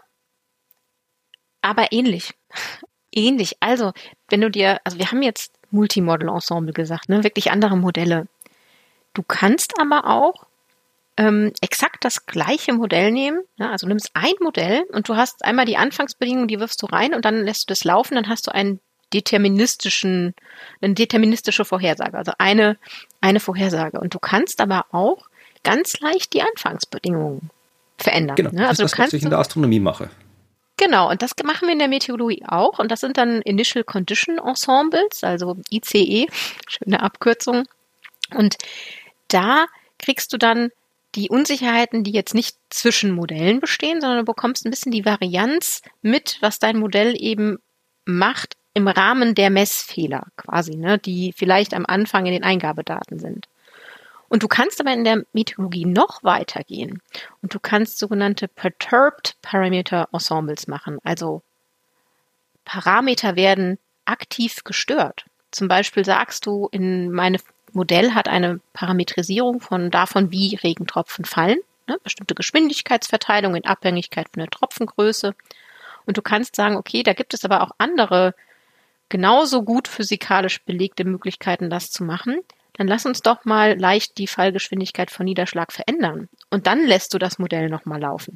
aber ähnlich. Ähnlich. Also, wir haben jetzt Multimodel-Ensemble gesagt, ne? Wirklich andere Modelle. Du kannst aber auch exakt das gleiche Modell nehmen. Ne? Also du nimmst ein Modell und du hast einmal die Anfangsbedingungen, die wirfst du rein und dann lässt du das laufen, dann hast du eine deterministische Vorhersage, also eine Vorhersage. Und du kannst aber auch ganz leicht die Anfangsbedingungen verändern. Genau, ne? Also das ist das, was ich in der Astronomie mache. Genau, und das machen wir in der Meteorologie auch. Und das sind dann Initial Condition Ensembles, also ICE, schöne Abkürzung. Und da kriegst du dann die Unsicherheiten, die jetzt nicht zwischen Modellen bestehen, sondern du bekommst ein bisschen die Varianz mit, was dein Modell eben macht im Rahmen der Messfehler quasi, ne, die vielleicht am Anfang in den Eingabedaten sind. Und du kannst aber in der Meteorologie noch weitergehen und du kannst sogenannte Perturbed Parameter Ensembles machen. Also Parameter werden aktiv gestört. Zum Beispiel sagst du, meine Modell hat eine Parametrisierung davon, wie Regentropfen fallen, ne, bestimmte Geschwindigkeitsverteilung in Abhängigkeit von der Tropfengröße. Und du kannst sagen, okay, da gibt es aber auch andere, genauso gut physikalisch belegte Möglichkeiten, das zu machen. Dann lass uns doch mal leicht die Fallgeschwindigkeit von Niederschlag verändern. Und dann lässt du das Modell nochmal laufen.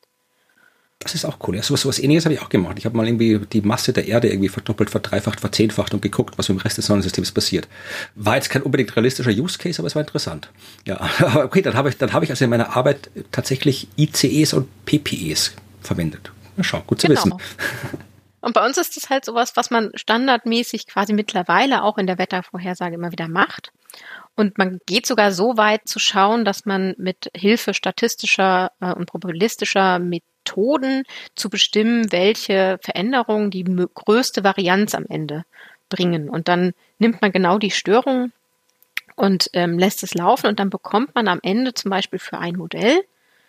Das ist auch cool. Ja, sowas Ähnliches habe ich auch gemacht. Ich habe mal irgendwie die Masse der Erde irgendwie verdoppelt, verdreifacht, verzehnfacht und geguckt, was im Rest des Sonnensystems passiert. War jetzt kein unbedingt realistischer Use Case, aber es war interessant. Ja, aber okay, dann habe ich also in meiner Arbeit tatsächlich ICEs und PPEs verwendet. Na schau, gut zu wissen. Und bei uns ist das halt sowas, was man standardmäßig quasi mittlerweile auch in der Wettervorhersage immer wieder macht. Und man geht sogar so weit zu schauen, dass man mit Hilfe statistischer und probabilistischer Methoden zu bestimmen, welche Veränderungen die größte Varianz am Ende bringen. Und dann nimmt man genau die Störung und lässt es laufen und dann bekommt man am Ende zum Beispiel für ein Modell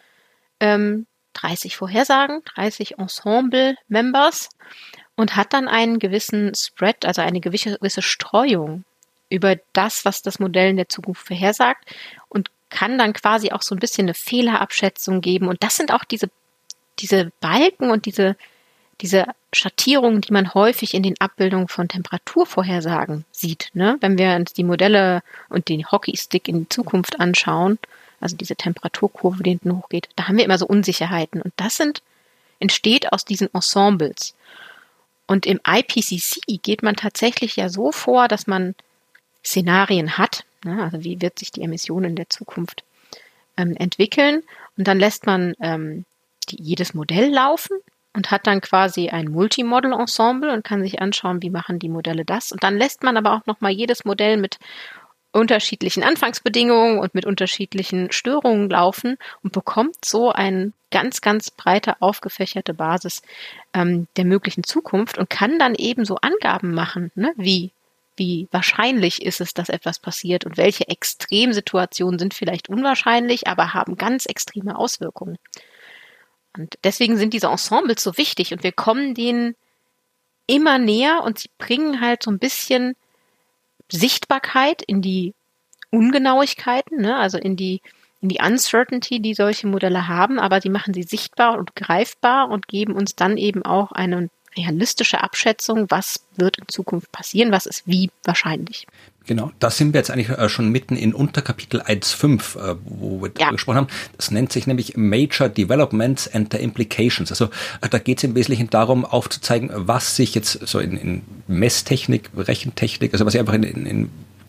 30 Vorhersagen, 30 Ensemble-Members und hat dann einen gewissen Spread, also eine gewisse Streuung über das, was das Modell in der Zukunft vorhersagt und kann dann quasi auch so ein bisschen eine Fehlerabschätzung geben. Und das sind auch diese Balken und diese Schattierungen, die man häufig in den Abbildungen von Temperaturvorhersagen sieht. Ne? Wenn wir uns die Modelle und den Hockeystick in die Zukunft anschauen, also diese Temperaturkurve, die hinten hochgeht, da haben wir immer so Unsicherheiten. Und das entsteht aus diesen Ensembles. Und im IPCC geht man tatsächlich ja so vor, dass man Szenarien hat, ne? Also wie wird sich die Emission in der Zukunft entwickeln. Und dann lässt man jedes Modell laufen und hat dann quasi ein Multimodel-Ensemble und kann sich anschauen, wie machen die Modelle das. Und dann lässt man aber auch nochmal jedes Modell mit unterschiedlichen Anfangsbedingungen und mit unterschiedlichen Störungen laufen und bekommt so eine ganz, ganz breite, aufgefächerte Basis der möglichen Zukunft und kann dann eben so Angaben machen, ne, wie wahrscheinlich ist es, dass etwas passiert und welche Extremsituationen sind vielleicht unwahrscheinlich, aber haben ganz extreme Auswirkungen. Und deswegen sind diese Ensembles so wichtig und wir kommen denen immer näher und sie bringen halt so ein bisschen Sichtbarkeit in die Ungenauigkeiten, ne? Also in die Uncertainty, die solche Modelle haben, aber sie machen sie sichtbar und greifbar und geben uns dann eben auch eine realistische Abschätzung, was wird in Zukunft passieren, was ist wie wahrscheinlich. Genau, da sind wir jetzt eigentlich schon mitten in Unterkapitel 1.5, wo wir darüber gesprochen haben. Das nennt sich nämlich Major Developments and their Implications. Also da geht es im Wesentlichen darum, aufzuzeigen, was sich jetzt so in Messtechnik, Rechentechnik, also was sich einfach in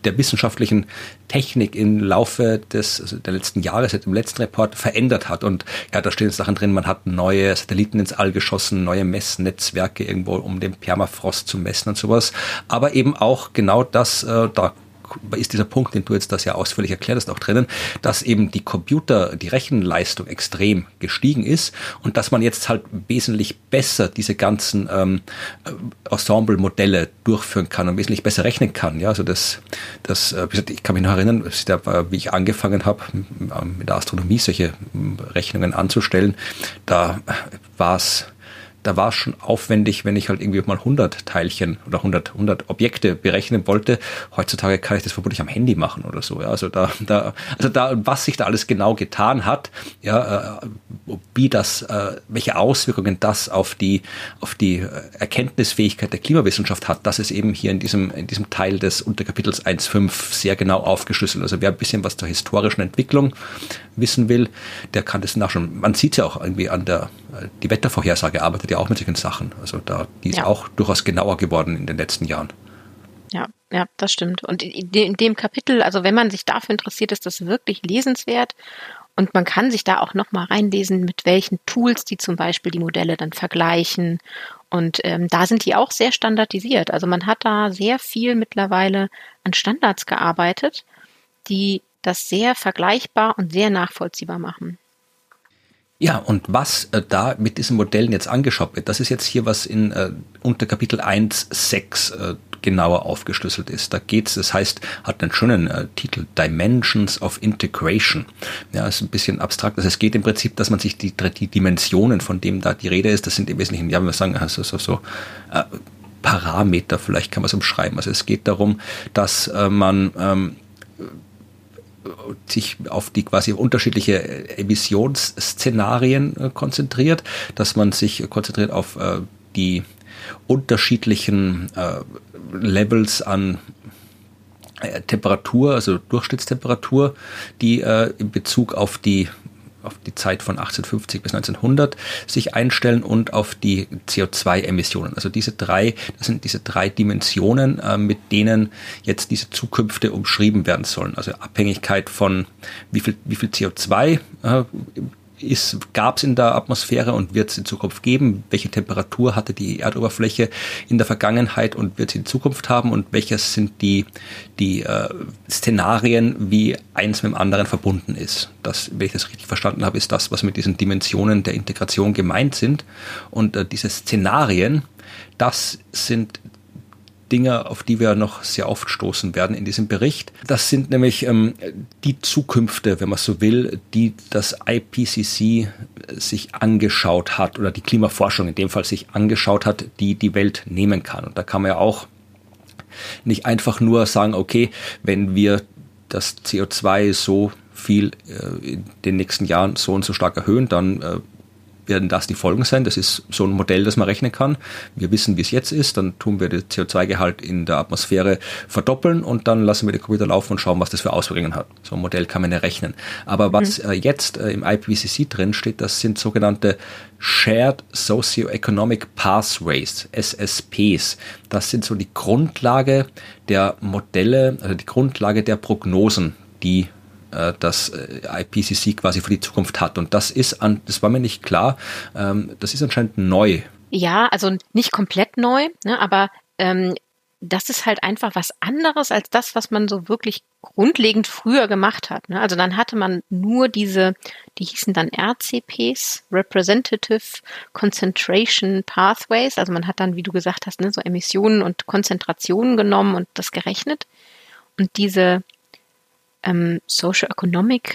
der wissenschaftlichen Technik im Laufe der letzten Jahre, seit dem letzten Report, verändert hat. Und ja, da stehen Sachen drin, man hat neue Satelliten ins All geschossen, neue Messnetzwerke irgendwo, um den Permafrost zu messen und sowas. Aber eben auch genau das, da ist dieser Punkt, den du jetzt das ja ausführlich erklärt hast, auch drinnen, dass eben die Rechenleistung extrem gestiegen ist und dass man jetzt halt wesentlich besser diese ganzen Ensemble-Modelle durchführen kann und wesentlich besser rechnen kann. Ja, also wie gesagt, ich kann mich noch erinnern, wie ich angefangen habe, mit der Astronomie solche Rechnungen anzustellen, da war es schon aufwendig, wenn ich halt irgendwie mal 100 Teilchen oder 100 Objekte berechnen wollte. Heutzutage kann ich das vermutlich am Handy machen oder so. Ja, also was sich da alles genau getan hat, ja, welche Auswirkungen das auf die Erkenntnisfähigkeit der Klimawissenschaft hat, das ist eben hier in diesem Teil des Unterkapitels 1.5 sehr genau aufgeschlüsselt. Also wer ein bisschen was zur historischen Entwicklung wissen will, der kann das nachschauen. Man sieht es ja auch irgendwie die Wettervorhersage arbeitet ja auch mit solchen Sachen. Also die ist auch durchaus genauer geworden in den letzten Jahren. Ja, das stimmt. Und in dem Kapitel, also wenn man sich dafür interessiert, ist das wirklich lesenswert. Und man kann sich da auch nochmal reinlesen, mit welchen Tools die zum Beispiel die Modelle dann vergleichen. Und da sind die auch sehr standardisiert. Also man hat da sehr viel mittlerweile an Standards gearbeitet, die das sehr vergleichbar und sehr nachvollziehbar machen. Ja, und was da mit diesen Modellen jetzt angeschaut wird, das ist jetzt hier, was in Unterkapitel 1.6 genauer aufgeschlüsselt ist. Das heißt, hat einen schönen Titel, Dimensions of Integration. Ja, ist ein bisschen abstrakt. Also es geht im Prinzip, dass man sich die Dimensionen, von dem da die Rede ist, das sind im Wesentlichen, ja, wenn wir sagen, also so Parameter, vielleicht kann man es umschreiben. Also es geht darum, dass man sich auf die quasi unterschiedliche Emissionsszenarien konzentriert, dass man sich konzentriert auf die unterschiedlichen Levels an Temperatur, also Durchschnittstemperatur, die in Bezug auf die Zeit von 1850 bis 1900 sich einstellen und auf die CO2-Emissionen. Also das sind diese drei Dimensionen, mit denen jetzt diese Zukünfte umschrieben werden sollen. Also Abhängigkeit von wie viel CO2 gab es in der Atmosphäre und wird es in Zukunft geben, welche Temperatur hatte die Erdoberfläche in der Vergangenheit und wird sie in Zukunft haben und welches sind die Szenarien, wie eins mit dem anderen verbunden ist. Das, wenn ich das richtig verstanden habe, ist das, was mit diesen Dimensionen der Integration gemeint sind. Und diese Szenarien, das sind Dinge, auf die wir noch sehr oft stoßen werden in diesem Bericht. Das sind nämlich die Zukünfte, wenn man so will, die das IPCC sich angeschaut hat oder die Klimaforschung in dem Fall sich angeschaut hat, die die Welt nehmen kann. Und da kann man ja auch nicht einfach nur sagen, okay, wenn wir das CO2 so viel in den nächsten Jahren so und so stark erhöhen, dann werden das die Folgen sein. Das ist so ein Modell, das man rechnen kann. Wir wissen, wie es jetzt ist. Dann tun wir den CO2-Gehalt in der Atmosphäre verdoppeln und dann lassen wir den Computer laufen und schauen, was das für Auswirkungen hat. So ein Modell kann man ja rechnen. Aber was jetzt im IPCC drin steht, das sind sogenannte Shared Socioeconomic Pathways, SSPs. Das sind so die Grundlage der Modelle, also die Grundlage der Prognosen, die das IPCC quasi für die Zukunft hat. Und das war mir nicht klar, das ist anscheinend neu. Ja, also nicht komplett neu, ne, aber das ist halt einfach was anderes als das, was man so wirklich grundlegend früher gemacht hat. Ne? Also dann hatte man nur die hießen dann RCPs, Representative Concentration Pathways. Also man hat dann, wie du gesagt hast, ne, so Emissionen und Konzentrationen genommen und das gerechnet. Und diese Socioeconomic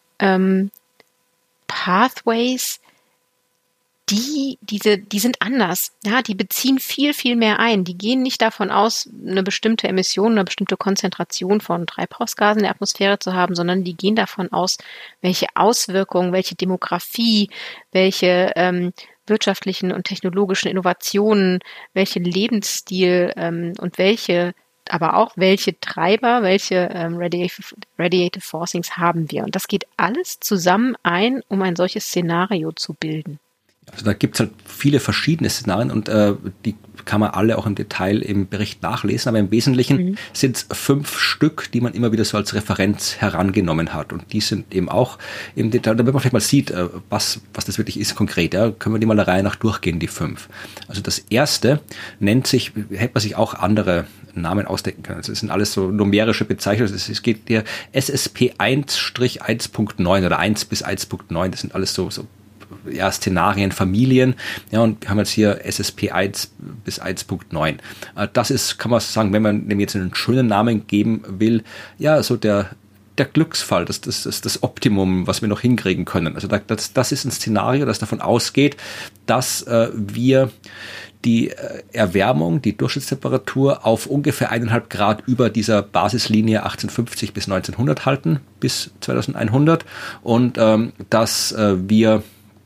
Pathways, die sind anders. Ja, die beziehen viel, viel mehr ein. Die gehen nicht davon aus, eine bestimmte Emission, eine bestimmte Konzentration von Treibhausgasen in der Atmosphäre zu haben, sondern die gehen davon aus, welche Auswirkungen, welche Demografie, welche wirtschaftlichen und technologischen Innovationen, welche Lebensstil und aber auch welche Treiber, welche Radiative Forcings haben wir. Und das geht alles zusammen ein, um ein solches Szenario zu bilden. Also da gibt's halt viele verschiedene Szenarien und die kann man alle auch im Detail im Bericht nachlesen, aber im Wesentlichen sind es 5 Stück, die man immer wieder so als Referenz herangenommen hat und die sind eben auch im Detail, damit man vielleicht mal sieht, was das wirklich ist konkret, ja, können wir die mal der Reihe nach durchgehen, die 5. Also das erste nennt sich, hätte man sich auch andere Namen ausdenken können. Also es sind alles so numerische Bezeichnungen. Es geht der SSP 1-1.9 oder 1 bis 1.9. Das sind alles so Szenarien, Familien. Ja, und wir haben jetzt hier SSP 1 bis 1.9. Das ist, kann man sagen, wenn man dem jetzt einen schönen Namen geben will, ja, so der Glücksfall, das Optimum, was wir noch hinkriegen können. Also das ist ein Szenario, das davon ausgeht, dass wir die Erwärmung, die Durchschnittstemperatur auf ungefähr 1,5 Grad über dieser Basislinie 1850 bis 1900 halten, bis 2100 und dass wir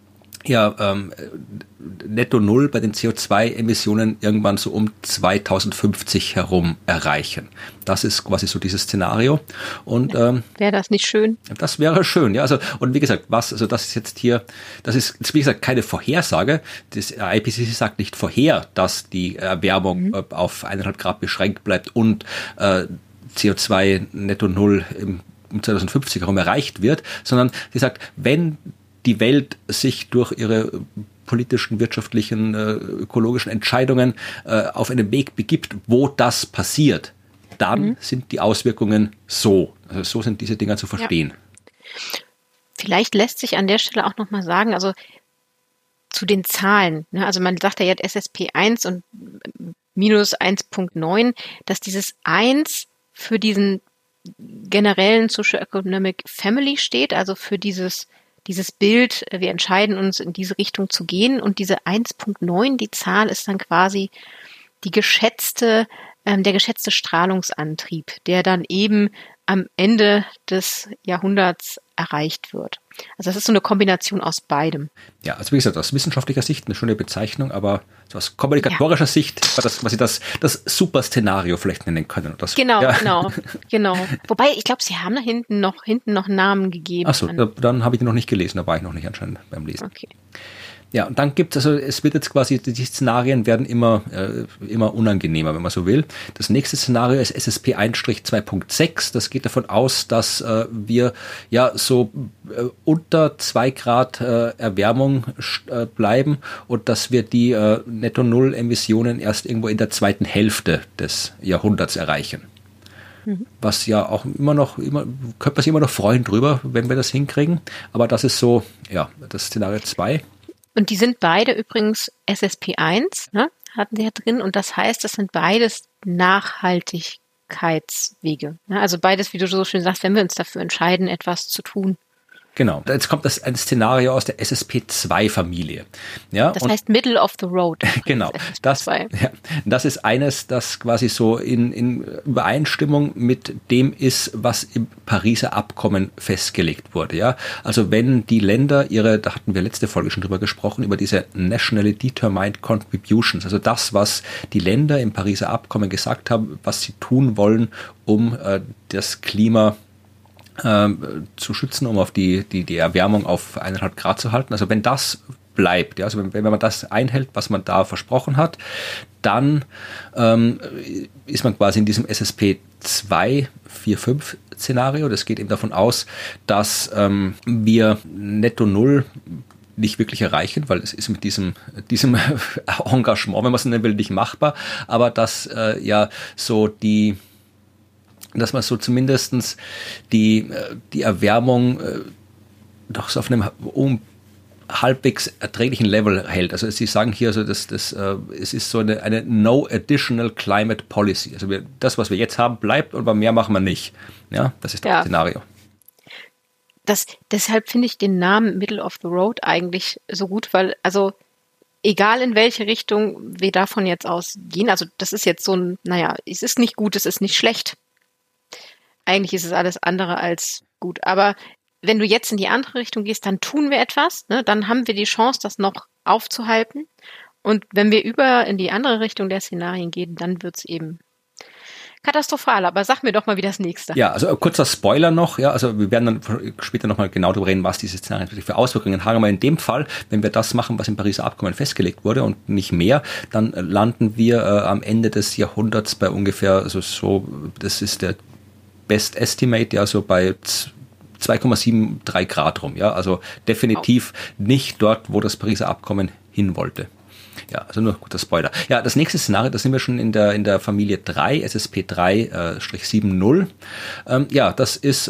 netto Null bei den CO2-Emissionen irgendwann so um 2050 herum erreichen. Das ist quasi so dieses Szenario. Und wäre das nicht schön? Das wäre schön, ja. Also und wie gesagt, das ist jetzt hier, das ist wie gesagt keine Vorhersage. Das IPCC sagt nicht vorher, dass die Erwärmung auf 1,5 Grad beschränkt bleibt und CO2 netto Null um 2050 herum erreicht wird, sondern sie sagt, wenn die Welt sich durch ihre politischen, wirtschaftlichen, ökologischen Entscheidungen auf einen Weg begibt, wo das passiert, dann sind die Auswirkungen so. Also so sind diese Dinger zu verstehen. Ja. Vielleicht lässt sich an der Stelle auch nochmal sagen, also zu den Zahlen, ne? Also man sagt ja jetzt SSP 1 und minus 1.9, dass dieses 1 für diesen generellen Socio-Economic Family steht, also für dieses Bild, wir entscheiden uns in diese Richtung zu gehen und diese 1.9, die Zahl ist dann quasi der geschätzte Strahlungsantrieb, der dann eben am Ende des Jahrhunderts erreicht wird. Also das ist so eine Kombination aus beidem. Ja, also wie gesagt, aus wissenschaftlicher Sicht eine schöne Bezeichnung, aber so aus kommunikatorischer Sicht war das quasi das Super-Szenario vielleicht nennen können. Genau. Wobei, ich glaube, sie haben da hinten noch einen Namen gegeben. Ach so, dann habe ich die noch nicht gelesen, da war ich noch nicht anscheinend beim Lesen. Okay. Ja, und dann es wird jetzt quasi, die Szenarien werden immer unangenehmer, wenn man so will. Das nächste Szenario ist SSP 1-2.6. Das geht davon aus, dass wir so unter 2 Grad Erwärmung bleiben und dass wir die Netto-Null-Emissionen erst irgendwo in der zweiten Hälfte des Jahrhunderts erreichen. Was ja auch könnte man sich immer noch freuen drüber, wenn wir das hinkriegen. Aber das ist so, das Szenario 2. Und die sind beide übrigens SSP 1, ne, hatten sie ja drin. Und das heißt, das sind beides Nachhaltigkeitswege. Ne? Also beides, wie du so schön sagst, wenn wir uns dafür entscheiden, etwas zu tun. Genau. Jetzt kommt ein Szenario aus der SSP-2-Familie. Ja, das heißt Middle of the Road. Genau. Das ist eines, das quasi so in Übereinstimmung mit dem ist, was im Pariser Abkommen festgelegt wurde. Ja, also wenn die Länder da hatten wir letzte Folge schon drüber gesprochen, über diese Nationally Determined Contributions, also das, was die Länder im Pariser Abkommen gesagt haben, was sie tun wollen, um das Klima zu schützen, um auf die Erwärmung auf 1,5 Grad zu halten. Also wenn das bleibt, ja, also wenn man das einhält, was man da versprochen hat, dann ist man quasi in diesem SSP 2-4-5 Szenario. Das geht eben davon aus, dass wir netto Null nicht wirklich erreichen, weil es ist mit diesem Engagement, wenn man es nennen will, nicht machbar, aber dass dass man so zumindestens die Erwärmung doch so auf einem halbwegs erträglichen Level hält. Also sie sagen hier, also es ist so eine No Additional Climate Policy. Also das, was wir jetzt haben, bleibt, aber mehr machen wir nicht. Ja, das ist das Szenario. Deshalb finde ich den Namen Middle of the Road eigentlich so gut, weil also egal in welche Richtung wir davon jetzt ausgehen, also das ist jetzt so es ist nicht gut, es ist nicht schlecht. Eigentlich ist es alles andere als gut. Aber wenn du jetzt in die andere Richtung gehst, dann tun wir etwas, ne? Dann haben wir die Chance, das noch aufzuhalten. Und wenn wir in die andere Richtung der Szenarien gehen, dann wird es eben katastrophal, aber sag mir doch mal, wie das nächste. Ja, also kurzer Spoiler noch, ja, also wir werden dann später nochmal genau darüber reden, was diese Szenarien wirklich für Auswirkungen haben, aber in dem Fall, wenn wir das machen, was im Pariser Abkommen festgelegt wurde und nicht mehr, dann landen wir am Ende des Jahrhunderts bei ungefähr, also so, das ist der Best Estimate, ja, so bei 2,73 Grad rum, ja, also definitiv nicht dort, wo das Pariser Abkommen hin wollte. Ja, also nur guter Spoiler. Ja, das nächste Szenario, da sind wir schon in der Familie 3, SSP 3-70. Ja, das ist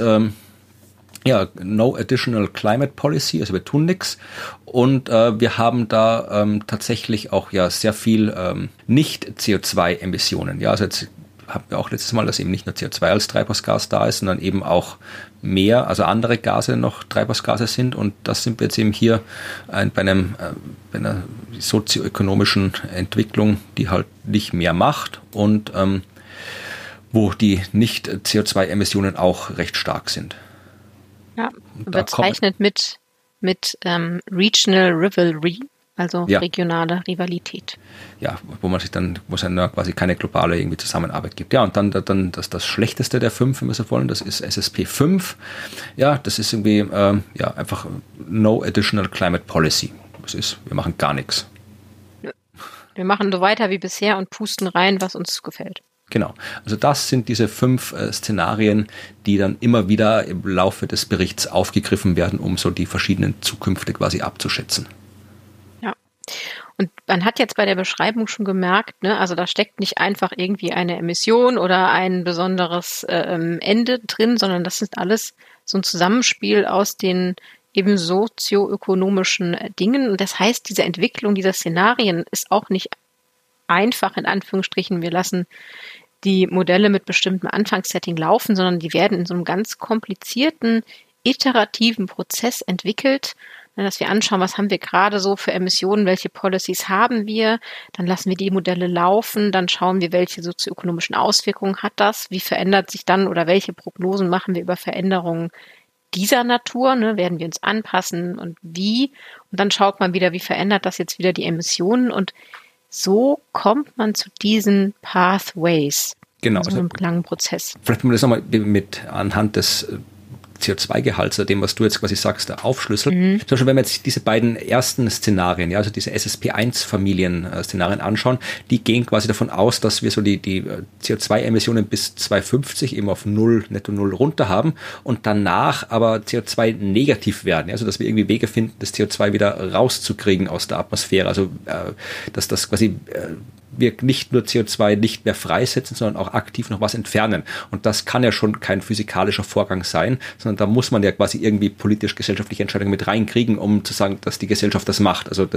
No Additional Climate Policy, also wir tun nichts. Und wir haben da tatsächlich auch ja sehr viel Nicht-CO2-Emissionen. Ja, also jetzt hatten wir auch letztes Mal, dass eben nicht nur CO2 als Treibhausgas da ist, sondern eben auch mehr, also andere Gase noch Treibhausgase sind. Und das sind wir jetzt eben hier bei einer sozioökonomischen Entwicklung, die halt nicht mehr macht und wo die Nicht-CO2-Emissionen auch recht stark sind. Ja, bezeichnet mit Regional Rivalry. Also regionale Rivalität. Ja, wo es dann quasi keine globale irgendwie Zusammenarbeit gibt. Ja, und dann das Schlechteste der 5, wenn wir so wollen, das ist SSP 5. Ja, das ist irgendwie einfach No Additional Climate Policy. Das ist, wir machen gar nichts. Wir machen so weiter wie bisher und pusten rein, was uns gefällt. Genau. Also das sind diese 5 Szenarien, die dann immer wieder im Laufe des Berichts aufgegriffen werden, um so die verschiedenen Zukünfte quasi abzuschätzen. Und man hat jetzt bei der Beschreibung schon gemerkt, ne, also da steckt nicht einfach irgendwie eine Emission oder ein besonderes Ende drin, sondern das ist alles so ein Zusammenspiel aus den eben sozioökonomischen Dingen. Und das heißt, diese Entwicklung dieser Szenarien ist auch nicht einfach, in Anführungsstrichen. Wir lassen die Modelle mit bestimmtem Anfangssetting laufen, sondern die werden in so einem ganz komplizierten, iterativen Prozess entwickelt, dass wir anschauen, was haben wir gerade so für Emissionen, welche Policies haben wir, dann lassen wir die Modelle laufen, dann schauen wir, welche sozioökonomischen Auswirkungen hat das, wie verändert sich dann oder welche Prognosen machen wir über Veränderungen dieser Natur, ne, werden wir uns anpassen und wie, und dann schaut man wieder, wie verändert das jetzt wieder die Emissionen und so kommt man zu diesen Pathways. Genau. In so einem langen Prozess. Vielleicht können wir das nochmal mit anhand des CO2-Gehalts, dem, was du jetzt quasi sagst, aufschlüsseln. Zum Beispiel, wenn wir jetzt diese beiden ersten Szenarien, ja, also diese SSP-1-Familien-Szenarien anschauen, die gehen quasi davon aus, dass wir so die CO2-Emissionen bis 2050 eben auf netto null runter haben und danach aber CO2 negativ werden, also dass wir irgendwie Wege finden, das CO2 wieder rauszukriegen aus der Atmosphäre, also dass das quasi wir nicht nur CO2 nicht mehr freisetzen, sondern auch aktiv noch was entfernen. Und das kann ja schon kein physikalischer Vorgang sein, sondern da muss man ja quasi irgendwie politisch-gesellschaftliche Entscheidungen mit reinkriegen, um zu sagen, dass die Gesellschaft das macht. Also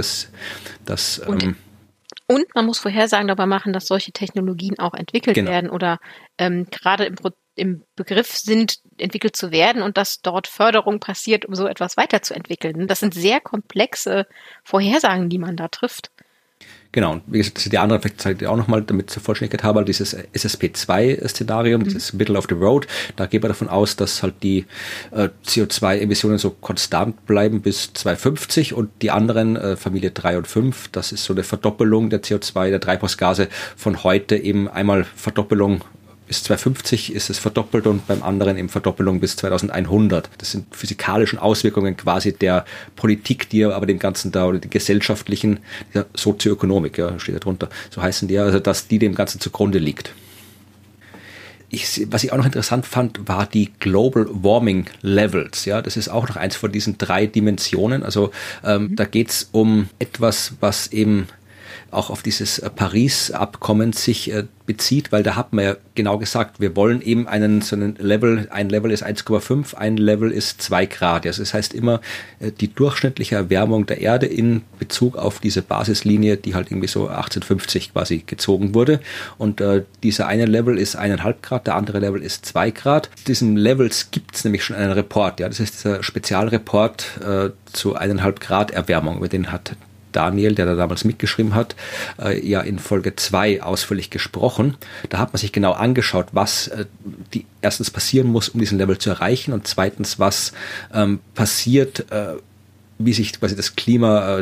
und man muss Vorhersagen darüber machen, dass solche Technologien auch entwickelt werden oder gerade im Begriff sind, entwickelt zu werden und dass dort Förderung passiert, um so etwas weiterzuentwickeln. Das sind sehr komplexe Vorhersagen, die man da trifft. Genau, und wie gesagt, das ist die andere, vielleicht zeige ich auch nochmal, damit ich zur Vollständigkeit habe, dieses SSP-2-Szenario, dieses Middle of the Road, da geht man davon aus, dass halt die CO2-Emissionen so konstant bleiben bis 2050 und die anderen, Familie 3 und 5, das ist so eine Verdoppelung der CO2, der Treibhausgase von heute eben einmal Verdoppelung bis 2050 ist es verdoppelt und beim anderen eben Verdoppelung bis 2100. Das sind physikalischen Auswirkungen quasi der Politik, die aber dem Ganzen da, oder die gesellschaftlichen, die Sozioökonomik, ja, steht da drunter, so heißen die ja, also dass die dem Ganzen zugrunde liegt. Was ich auch noch interessant fand, war die Global Warming Levels. Ja, das ist auch noch eins von diesen 3 Dimensionen. Also da geht's um etwas, was eben auch auf dieses Paris-Abkommen sich bezieht, weil da hat man ja genau gesagt, wir wollen eben ein Level ist 1,5, ein Level ist 2 Grad. Also das heißt immer die durchschnittliche Erwärmung der Erde in Bezug auf diese Basislinie, die halt irgendwie so 1850 quasi gezogen wurde. Und dieser eine Level ist 1,5 Grad, der andere Level ist 2 Grad. Diesen Levels gibt es nämlich schon einen Report. Ja, das ist dieser Spezialreport zu 1,5 Grad Erwärmung, über den hat Daniel, der da damals mitgeschrieben hat, ja in Folge 2 ausführlich gesprochen. Da hat man sich genau angeschaut, was erstens passieren muss, um diesen Level zu erreichen und zweitens, was passiert, wie sich quasi das Klima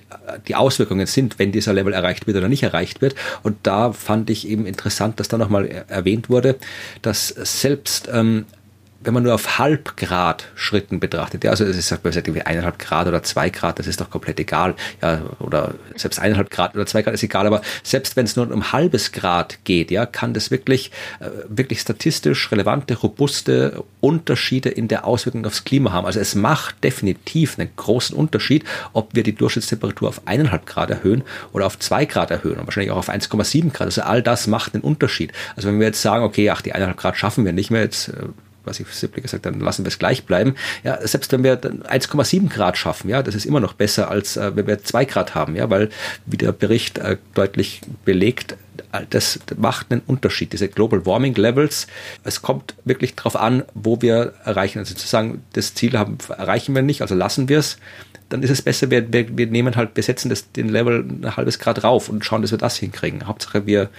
die Auswirkungen sind, wenn dieser Level erreicht wird oder nicht erreicht wird. Und da fand ich eben interessant, dass da nochmal erwähnt wurde, dass selbst wenn man nur auf Halbgrad-Schritten betrachtet, ja, also es ist irgendwie 1,5 Grad oder 2 Grad, das ist doch komplett egal, ja, oder selbst 1,5 Grad oder 2 Grad ist egal, aber selbst wenn es nur um halbes Grad geht, ja, kann das wirklich statistisch relevante, robuste Unterschiede in der Auswirkung aufs Klima haben. Also es macht definitiv einen großen Unterschied, ob wir die Durchschnittstemperatur auf 1,5 Grad erhöhen oder auf 2 Grad erhöhen und wahrscheinlich auch auf 1,7 Grad. Also all das macht einen Unterschied. Also wenn wir jetzt sagen, okay, die 1,5 Grad schaffen wir nicht mehr, jetzt was ich simpel gesagt, dann lassen wir es gleich bleiben. Ja, selbst wenn wir 1,7 Grad schaffen, ja, das ist immer noch besser, als wenn wir 2 Grad haben, ja, weil, wie der Bericht deutlich belegt, das macht einen Unterschied, diese Global Warming Levels. Es kommt wirklich darauf an, wo wir erreichen. Also zu sagen, das Ziel erreichen wir nicht, also lassen wir es. Dann ist es besser, wir nehmen halt, wir setzen den Level ein halbes Grad rauf und schauen, dass wir das hinkriegen. Hauptsache, wir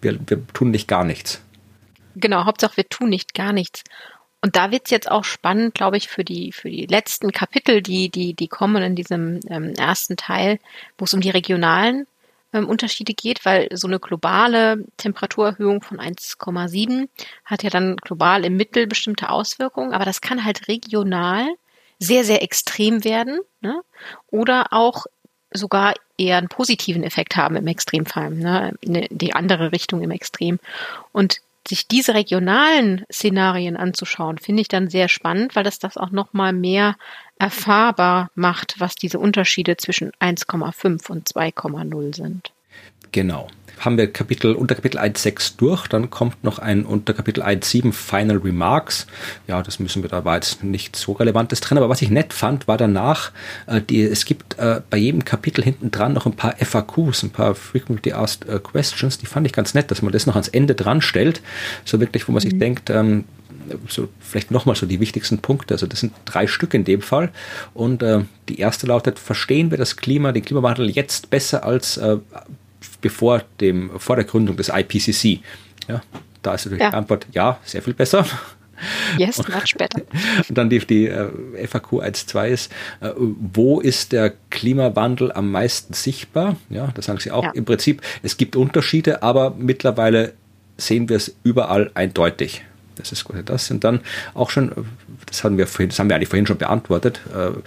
tun nicht gar nichts. Genau, Hauptsache wir tun nicht gar nichts. Und da wird's jetzt auch spannend, glaube ich, für die letzten Kapitel, die kommen in diesem ersten Teil, wo es um die regionalen Unterschiede geht, weil so eine globale Temperaturerhöhung von 1,7 hat ja dann global im Mittel bestimmte Auswirkungen, aber das kann halt regional sehr, sehr extrem werden, ne? Oder auch sogar eher einen positiven Effekt haben im Extremfall, ne? In die andere Richtung im Extrem. Und sich diese regionalen Szenarien anzuschauen, finde ich dann sehr spannend, weil das auch nochmal mehr erfahrbar macht, was diese Unterschiede zwischen 1,5 und 2,0 sind. Genau. Haben wir Unterkapitel 1.6 durch, dann kommt noch ein Unterkapitel 1.7 Final Remarks. Ja, das war jetzt nicht so Relevantes drin, aber was ich nett fand, war danach, es gibt bei jedem Kapitel hinten dran noch ein paar FAQs, ein paar Frequently Asked Questions, die fand ich ganz nett, dass man das noch ans Ende dran stellt, so wirklich, wo man sich denkt, so vielleicht nochmal so die wichtigsten Punkte, also das sind 3 Stück in dem Fall und die erste lautet, verstehen wir den Klimawandel jetzt besser als vor der Gründung des IPCC. Ja, da ist natürlich die Antwort, ja, sehr viel besser. Yes, much better. Und dann die FAQ 1.2 ist, wo ist der Klimawandel am meisten sichtbar? Ja, da sagen sie auch im Prinzip, es gibt Unterschiede, aber mittlerweile sehen wir es überall eindeutig. Das ist quasi das. Und dann auch schon, das haben wir eigentlich vorhin schon beantwortet,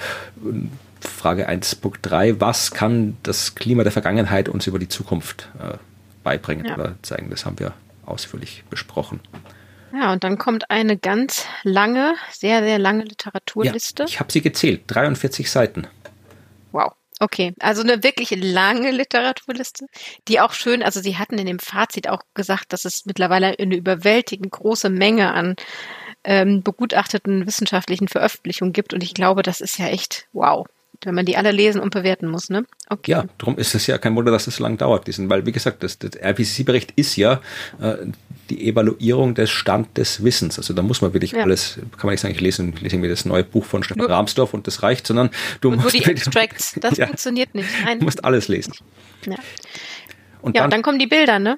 Frage 1.3, was kann das Klima der Vergangenheit uns über die Zukunft beibringen oder zeigen? Das haben wir ausführlich besprochen. Ja, und dann kommt eine ganz lange, sehr, sehr lange Literaturliste. Ja, ich habe sie gezählt, 43 Seiten. Wow, okay. Also eine wirklich lange Literaturliste, die auch schön, also Sie hatten in dem Fazit auch gesagt, dass es mittlerweile eine überwältigend große Menge an begutachteten wissenschaftlichen Veröffentlichungen gibt. Und ich glaube, das ist ja echt wow, wenn man die alle lesen und bewerten muss, ne? Okay. Ja, darum ist es ja kein Wunder, dass das so lange dauert, weil, wie gesagt, der IPCC-Bericht ist ja die Evaluierung des Stand des Wissens. Also da muss man wirklich alles, kann man nicht sagen, ich lese mir das neue Buch von Stefan Rahmsdorf und das reicht, sondern du musst... Nur die Extracts, das funktioniert nicht. Nein. Du musst alles lesen. Ja. Und dann kommen die Bilder, ne?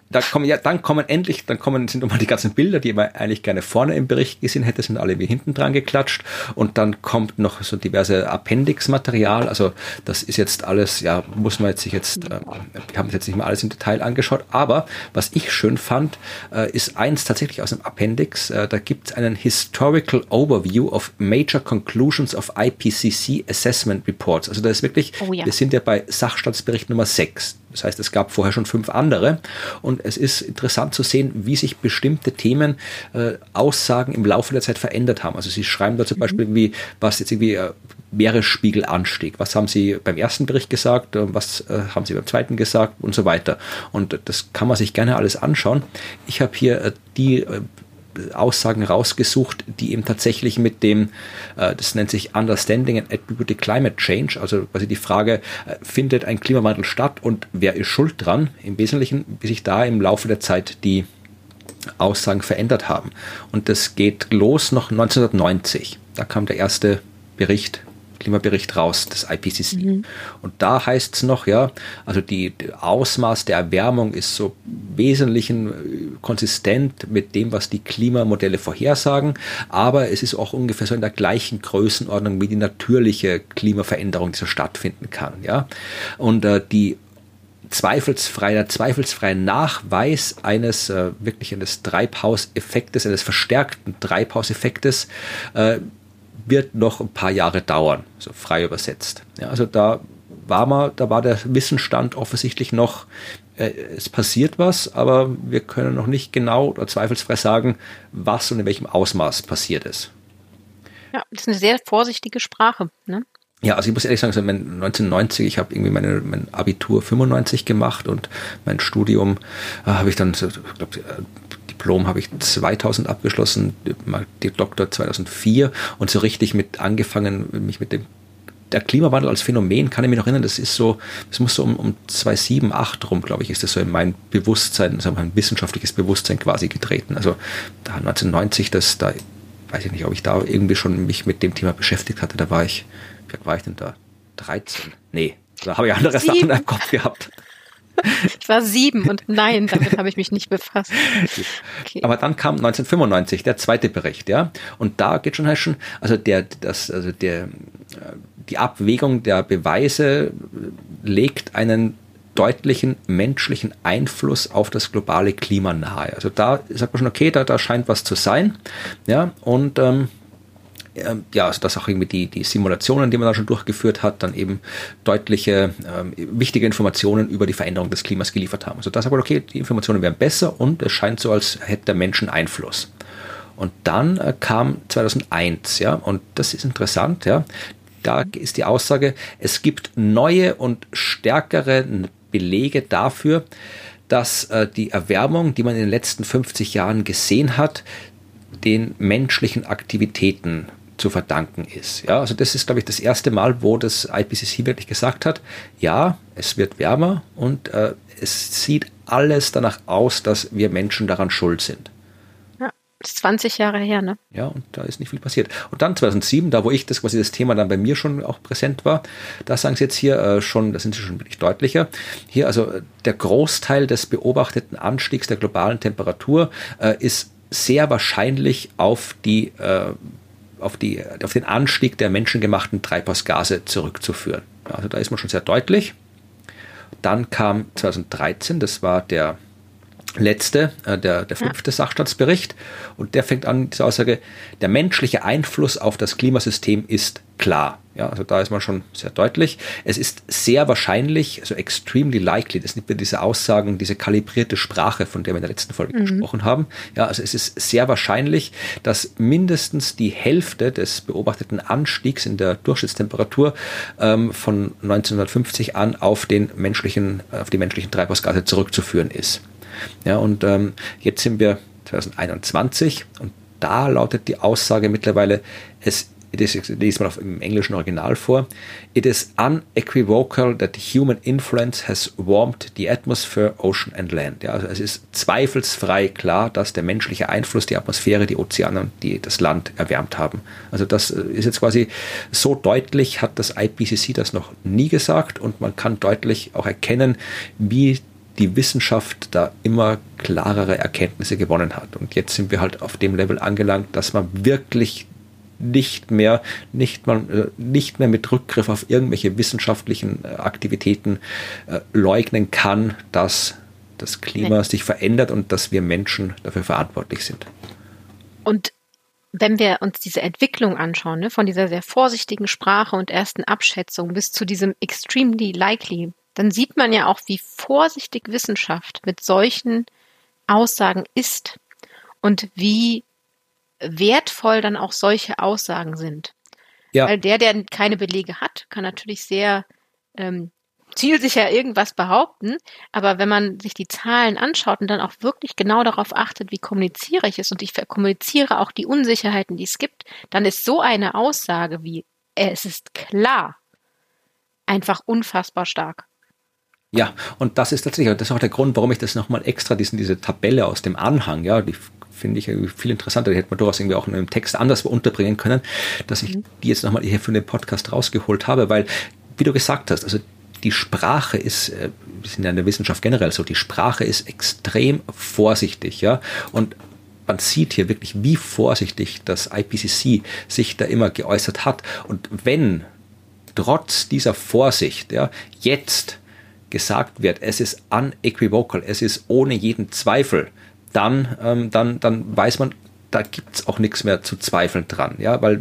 Sind nochmal die ganzen Bilder, die man eigentlich gerne vorne im Bericht gesehen hätte, sind alle wie hinten dran geklatscht. Und dann kommt noch so diverse Appendix-Material. Also das ist jetzt alles, wir haben es jetzt nicht mal alles im Detail angeschaut. Aber was ich schön fand, ist eins tatsächlich aus dem Appendix. Da gibt es einen Historical Overview of Major Conclusions of IPCC Assessment Reports. Also da ist wirklich, wir sind ja bei Sachstandsbericht Nummer 6. Das heißt, es gab vorher schon 5 andere und es ist interessant zu sehen, wie sich bestimmte Themen, Aussagen im Laufe der Zeit verändert haben. Also sie schreiben da zum Beispiel, was jetzt irgendwie Meeresspiegelanstieg, was haben sie beim ersten Bericht gesagt, was haben sie beim zweiten gesagt und so weiter. Und das kann man sich gerne alles anschauen. Ich habe hier die Aussagen rausgesucht, die eben tatsächlich mit dem, das nennt sich Understanding and Attributed Climate Change, also quasi die Frage, findet ein Klimawandel statt und wer ist schuld dran? Im Wesentlichen, wie sich da im Laufe der Zeit die Aussagen verändert haben. Und das geht los noch 1990. Da kam der erste Bericht Klimabericht raus, das IPCC. Und da heißt es noch, ja, also die Ausmaß der Erwärmung ist so wesentlichen konsistent mit dem, was die Klimamodelle vorhersagen, aber es ist auch ungefähr so in der gleichen Größenordnung wie die natürliche Klimaveränderung, die so stattfinden kann, ja. Und der zweifelsfreie Nachweis eines Treibhauseffektes, eines verstärkten Treibhauseffektes, wird noch ein paar Jahre dauern, so frei übersetzt. Ja, also da war der Wissensstand offensichtlich noch, es passiert was, aber wir können noch nicht genau oder zweifelsfrei sagen, was und in welchem Ausmaß passiert ist. Ja, das ist eine sehr vorsichtige Sprache, ne? Ja, also ich muss ehrlich sagen, 1990, ich habe irgendwie mein Abitur 95 gemacht und mein Studium habe ich dann, ich glaube, Diplom habe ich 2000 abgeschlossen, die Doktor 2004 und so richtig angefangen, mich mit der Klimawandel als Phänomen, kann ich mich noch erinnern, das muss so um 2007, 2008 rum, glaube ich, ist das so in mein Bewusstsein, so mein wissenschaftliches Bewusstsein quasi getreten. Also da 1990, da weiß ich nicht, ob ich da irgendwie schon mich mit dem Thema beschäftigt hatte, wie alt war ich denn da? 13? Nee, da habe ich andere Sachen im Kopf gehabt. Ich war 7 und nein, damit habe ich mich nicht befasst. Okay. Aber dann kam 1995 der zweite Bericht, ja, und da geht schon also die Abwägung der Beweise legt einen deutlichen menschlichen Einfluss auf das globale Klima nahe. Also da sagt man schon, okay, da scheint was zu sein, ja, und also dass auch irgendwie die Simulationen, die man da schon durchgeführt hat, dann eben deutliche, wichtige Informationen über die Veränderung des Klimas geliefert haben. Also da sagt man, okay, die Informationen wären besser und es scheint so, als hätte der Mensch einen Einfluss. Und dann kam 2001, ja, und das ist interessant, ja, da ist die Aussage, es gibt neue und stärkere Belege dafür, dass die Erwärmung, die man in den letzten 50 Jahren gesehen hat, den menschlichen Aktivitäten zu verdanken ist. Ja, also das ist, glaube ich, das erste Mal, wo das IPCC wirklich gesagt hat, ja, es wird wärmer und es sieht alles danach aus, dass wir Menschen daran schuld sind. Ja, das ist 20 Jahre her, ne? Ja, und da ist nicht viel passiert. Und dann 2007, da wo das Thema dann bei mir schon auch präsent war, da sagen sie jetzt hier da sind sie schon wirklich deutlicher. Hier also der Großteil des beobachteten Anstiegs der globalen Temperatur ist sehr wahrscheinlich auf den Anstieg der menschengemachten Treibhausgase zurückzuführen. Also da ist man schon sehr deutlich. Dann kam 2013, das war der letzte, der 5. Sachstandsbericht, und der fängt an, diese Aussage, der menschliche Einfluss auf das Klimasystem ist klar. Ja, also da ist man schon sehr deutlich. Es ist sehr wahrscheinlich, also extremely likely, das sind diese Aussagen, diese kalibrierte Sprache, von der wir in der letzten Folge gesprochen haben. Ja, also es ist sehr wahrscheinlich, dass mindestens die Hälfte des beobachteten Anstiegs in der Durchschnittstemperatur von 1950 an auf die menschlichen Treibhausgase zurückzuführen ist. Ja, und jetzt sind wir 2021 und da lautet die Aussage mittlerweile, ich lese mal im englischen Original vor, it is unequivocal that human influence has warmed the atmosphere, ocean and land. Ja, also es ist zweifelsfrei klar, dass der menschliche Einfluss die Atmosphäre, die Ozeane und das Land erwärmt haben. Also das ist jetzt quasi so deutlich, hat das IPCC das noch nie gesagt, und man kann deutlich auch erkennen, wie die Wissenschaft da immer klarere Erkenntnisse gewonnen hat. Und jetzt sind wir halt auf dem Level angelangt, dass man wirklich nicht mehr mit Rückgriff auf irgendwelche wissenschaftlichen Aktivitäten leugnen kann, dass das Klima sich verändert und dass wir Menschen dafür verantwortlich sind. Und wenn wir uns diese Entwicklung anschauen, ne, von dieser sehr vorsichtigen Sprache und ersten Abschätzung bis zu diesem extremely likely, dann sieht man ja auch, wie vorsichtig Wissenschaft mit solchen Aussagen ist und wie wertvoll dann auch solche Aussagen sind. Ja. Weil der keine Belege hat, kann natürlich sehr zielsicher irgendwas behaupten, aber wenn man sich die Zahlen anschaut und dann auch wirklich genau darauf achtet, wie kommuniziere ich es, und ich kommuniziere auch die Unsicherheiten, die es gibt, dann ist so eine Aussage wie, es ist klar, einfach unfassbar stark. Ja, und das ist tatsächlich, das ist auch der Grund, warum ich das nochmal extra, diese Tabelle aus dem Anhang, ja, die finde ich viel interessanter, die hätte man durchaus irgendwie auch in einem Text anderswo unterbringen können, dass ich die jetzt nochmal hier für den Podcast rausgeholt habe, weil, wie du gesagt hast, also die Sprache ist, wir sind ja in der Wissenschaft generell so, die Sprache ist extrem vorsichtig, ja, und man sieht hier wirklich, wie vorsichtig das IPCC sich da immer geäußert hat. Und wenn trotz dieser Vorsicht, ja, jetzt gesagt wird, es ist unequivocal, es ist ohne jeden Zweifel, dann weiß man, da gibt es auch nichts mehr zu zweifeln dran, ja, weil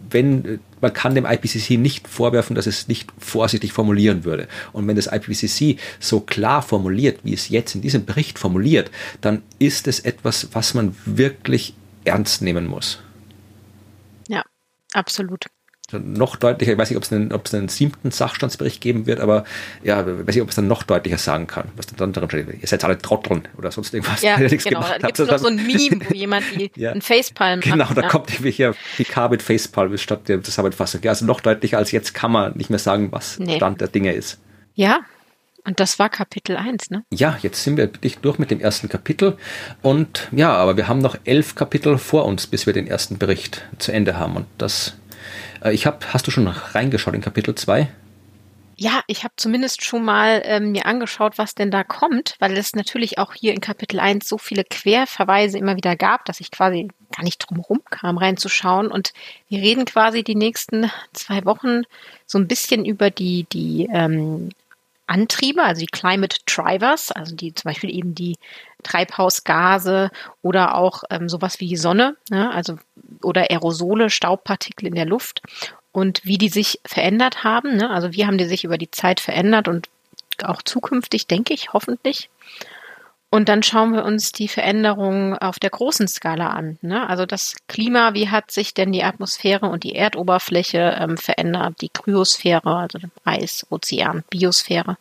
man kann dem IPCC nicht vorwerfen, dass es nicht vorsichtig formulieren würde. Und wenn das IPCC so klar formuliert, wie es jetzt in diesem Bericht formuliert, dann ist es etwas, was man wirklich ernst nehmen muss. Ja, absolut. Noch deutlicher, ich weiß nicht, ob es einen 7. Sachstandsbericht geben wird, aber ja, ich weiß nicht, ob es dann noch deutlicher sagen kann, was dann darin steht. Ihr seid alle Trotteln oder sonst irgendwas. Ja, genau, da gibt es noch so ein Meme, wo jemand ein Facepalm hat. Genau, da kommt irgendwie hier PK mit Facepalm statt der Zusammenfassung. Ja, also noch deutlicher als jetzt kann man nicht mehr sagen, was Stand der Dinge ist. Ja, und das war Kapitel 1, ne? Ja, jetzt sind wir wirklich durch mit dem ersten Kapitel und ja, aber wir haben noch 11 Kapitel vor uns, bis wir den ersten Bericht zu Ende haben und das hast du schon reingeschaut in Kapitel 2? Ja, ich habe zumindest schon mal mir angeschaut, was denn da kommt, weil es natürlich auch hier in Kapitel 1 so viele Querverweise immer wieder gab, dass ich quasi gar nicht drum herum kam, reinzuschauen. Und wir reden quasi die nächsten 2 Wochen so ein bisschen über die Antriebe, also die Climate Drivers, also die zum Beispiel eben die Treibhausgase oder auch sowas wie die Sonne, ne, also oder Aerosole, Staubpartikel in der Luft und wie die sich verändert haben, ne, also wie haben die sich über die Zeit verändert und auch zukünftig, denke ich, hoffentlich. Und dann schauen wir uns die Veränderungen auf der großen Skala an, ne, also das Klima, wie hat sich denn die Atmosphäre und die Erdoberfläche verändert, die Kryosphäre, also Eis, Ozean, Biosphäre.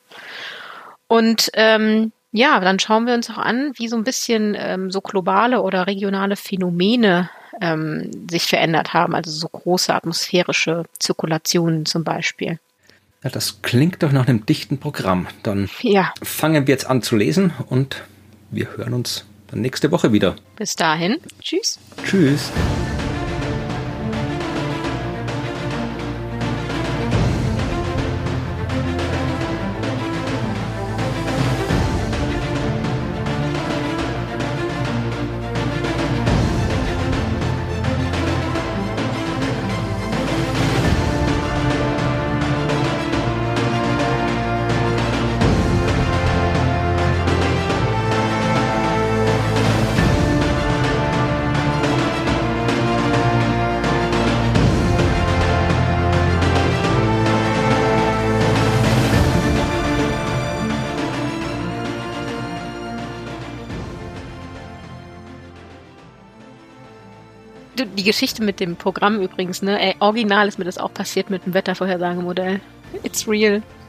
Und ja, dann schauen wir uns auch an, wie so ein bisschen so globale oder regionale Phänomene sich verändert haben, also so große atmosphärische Zirkulationen zum Beispiel. Ja, das klingt doch nach einem dichten Programm. Dann fangen wir jetzt an zu lesen und wir hören uns dann nächste Woche wieder. Bis dahin. Tschüss. Tschüss. Die Geschichte mit dem Programm übrigens, ne? Original ist mir das auch passiert mit dem Wettervorhersagemodell. It's real.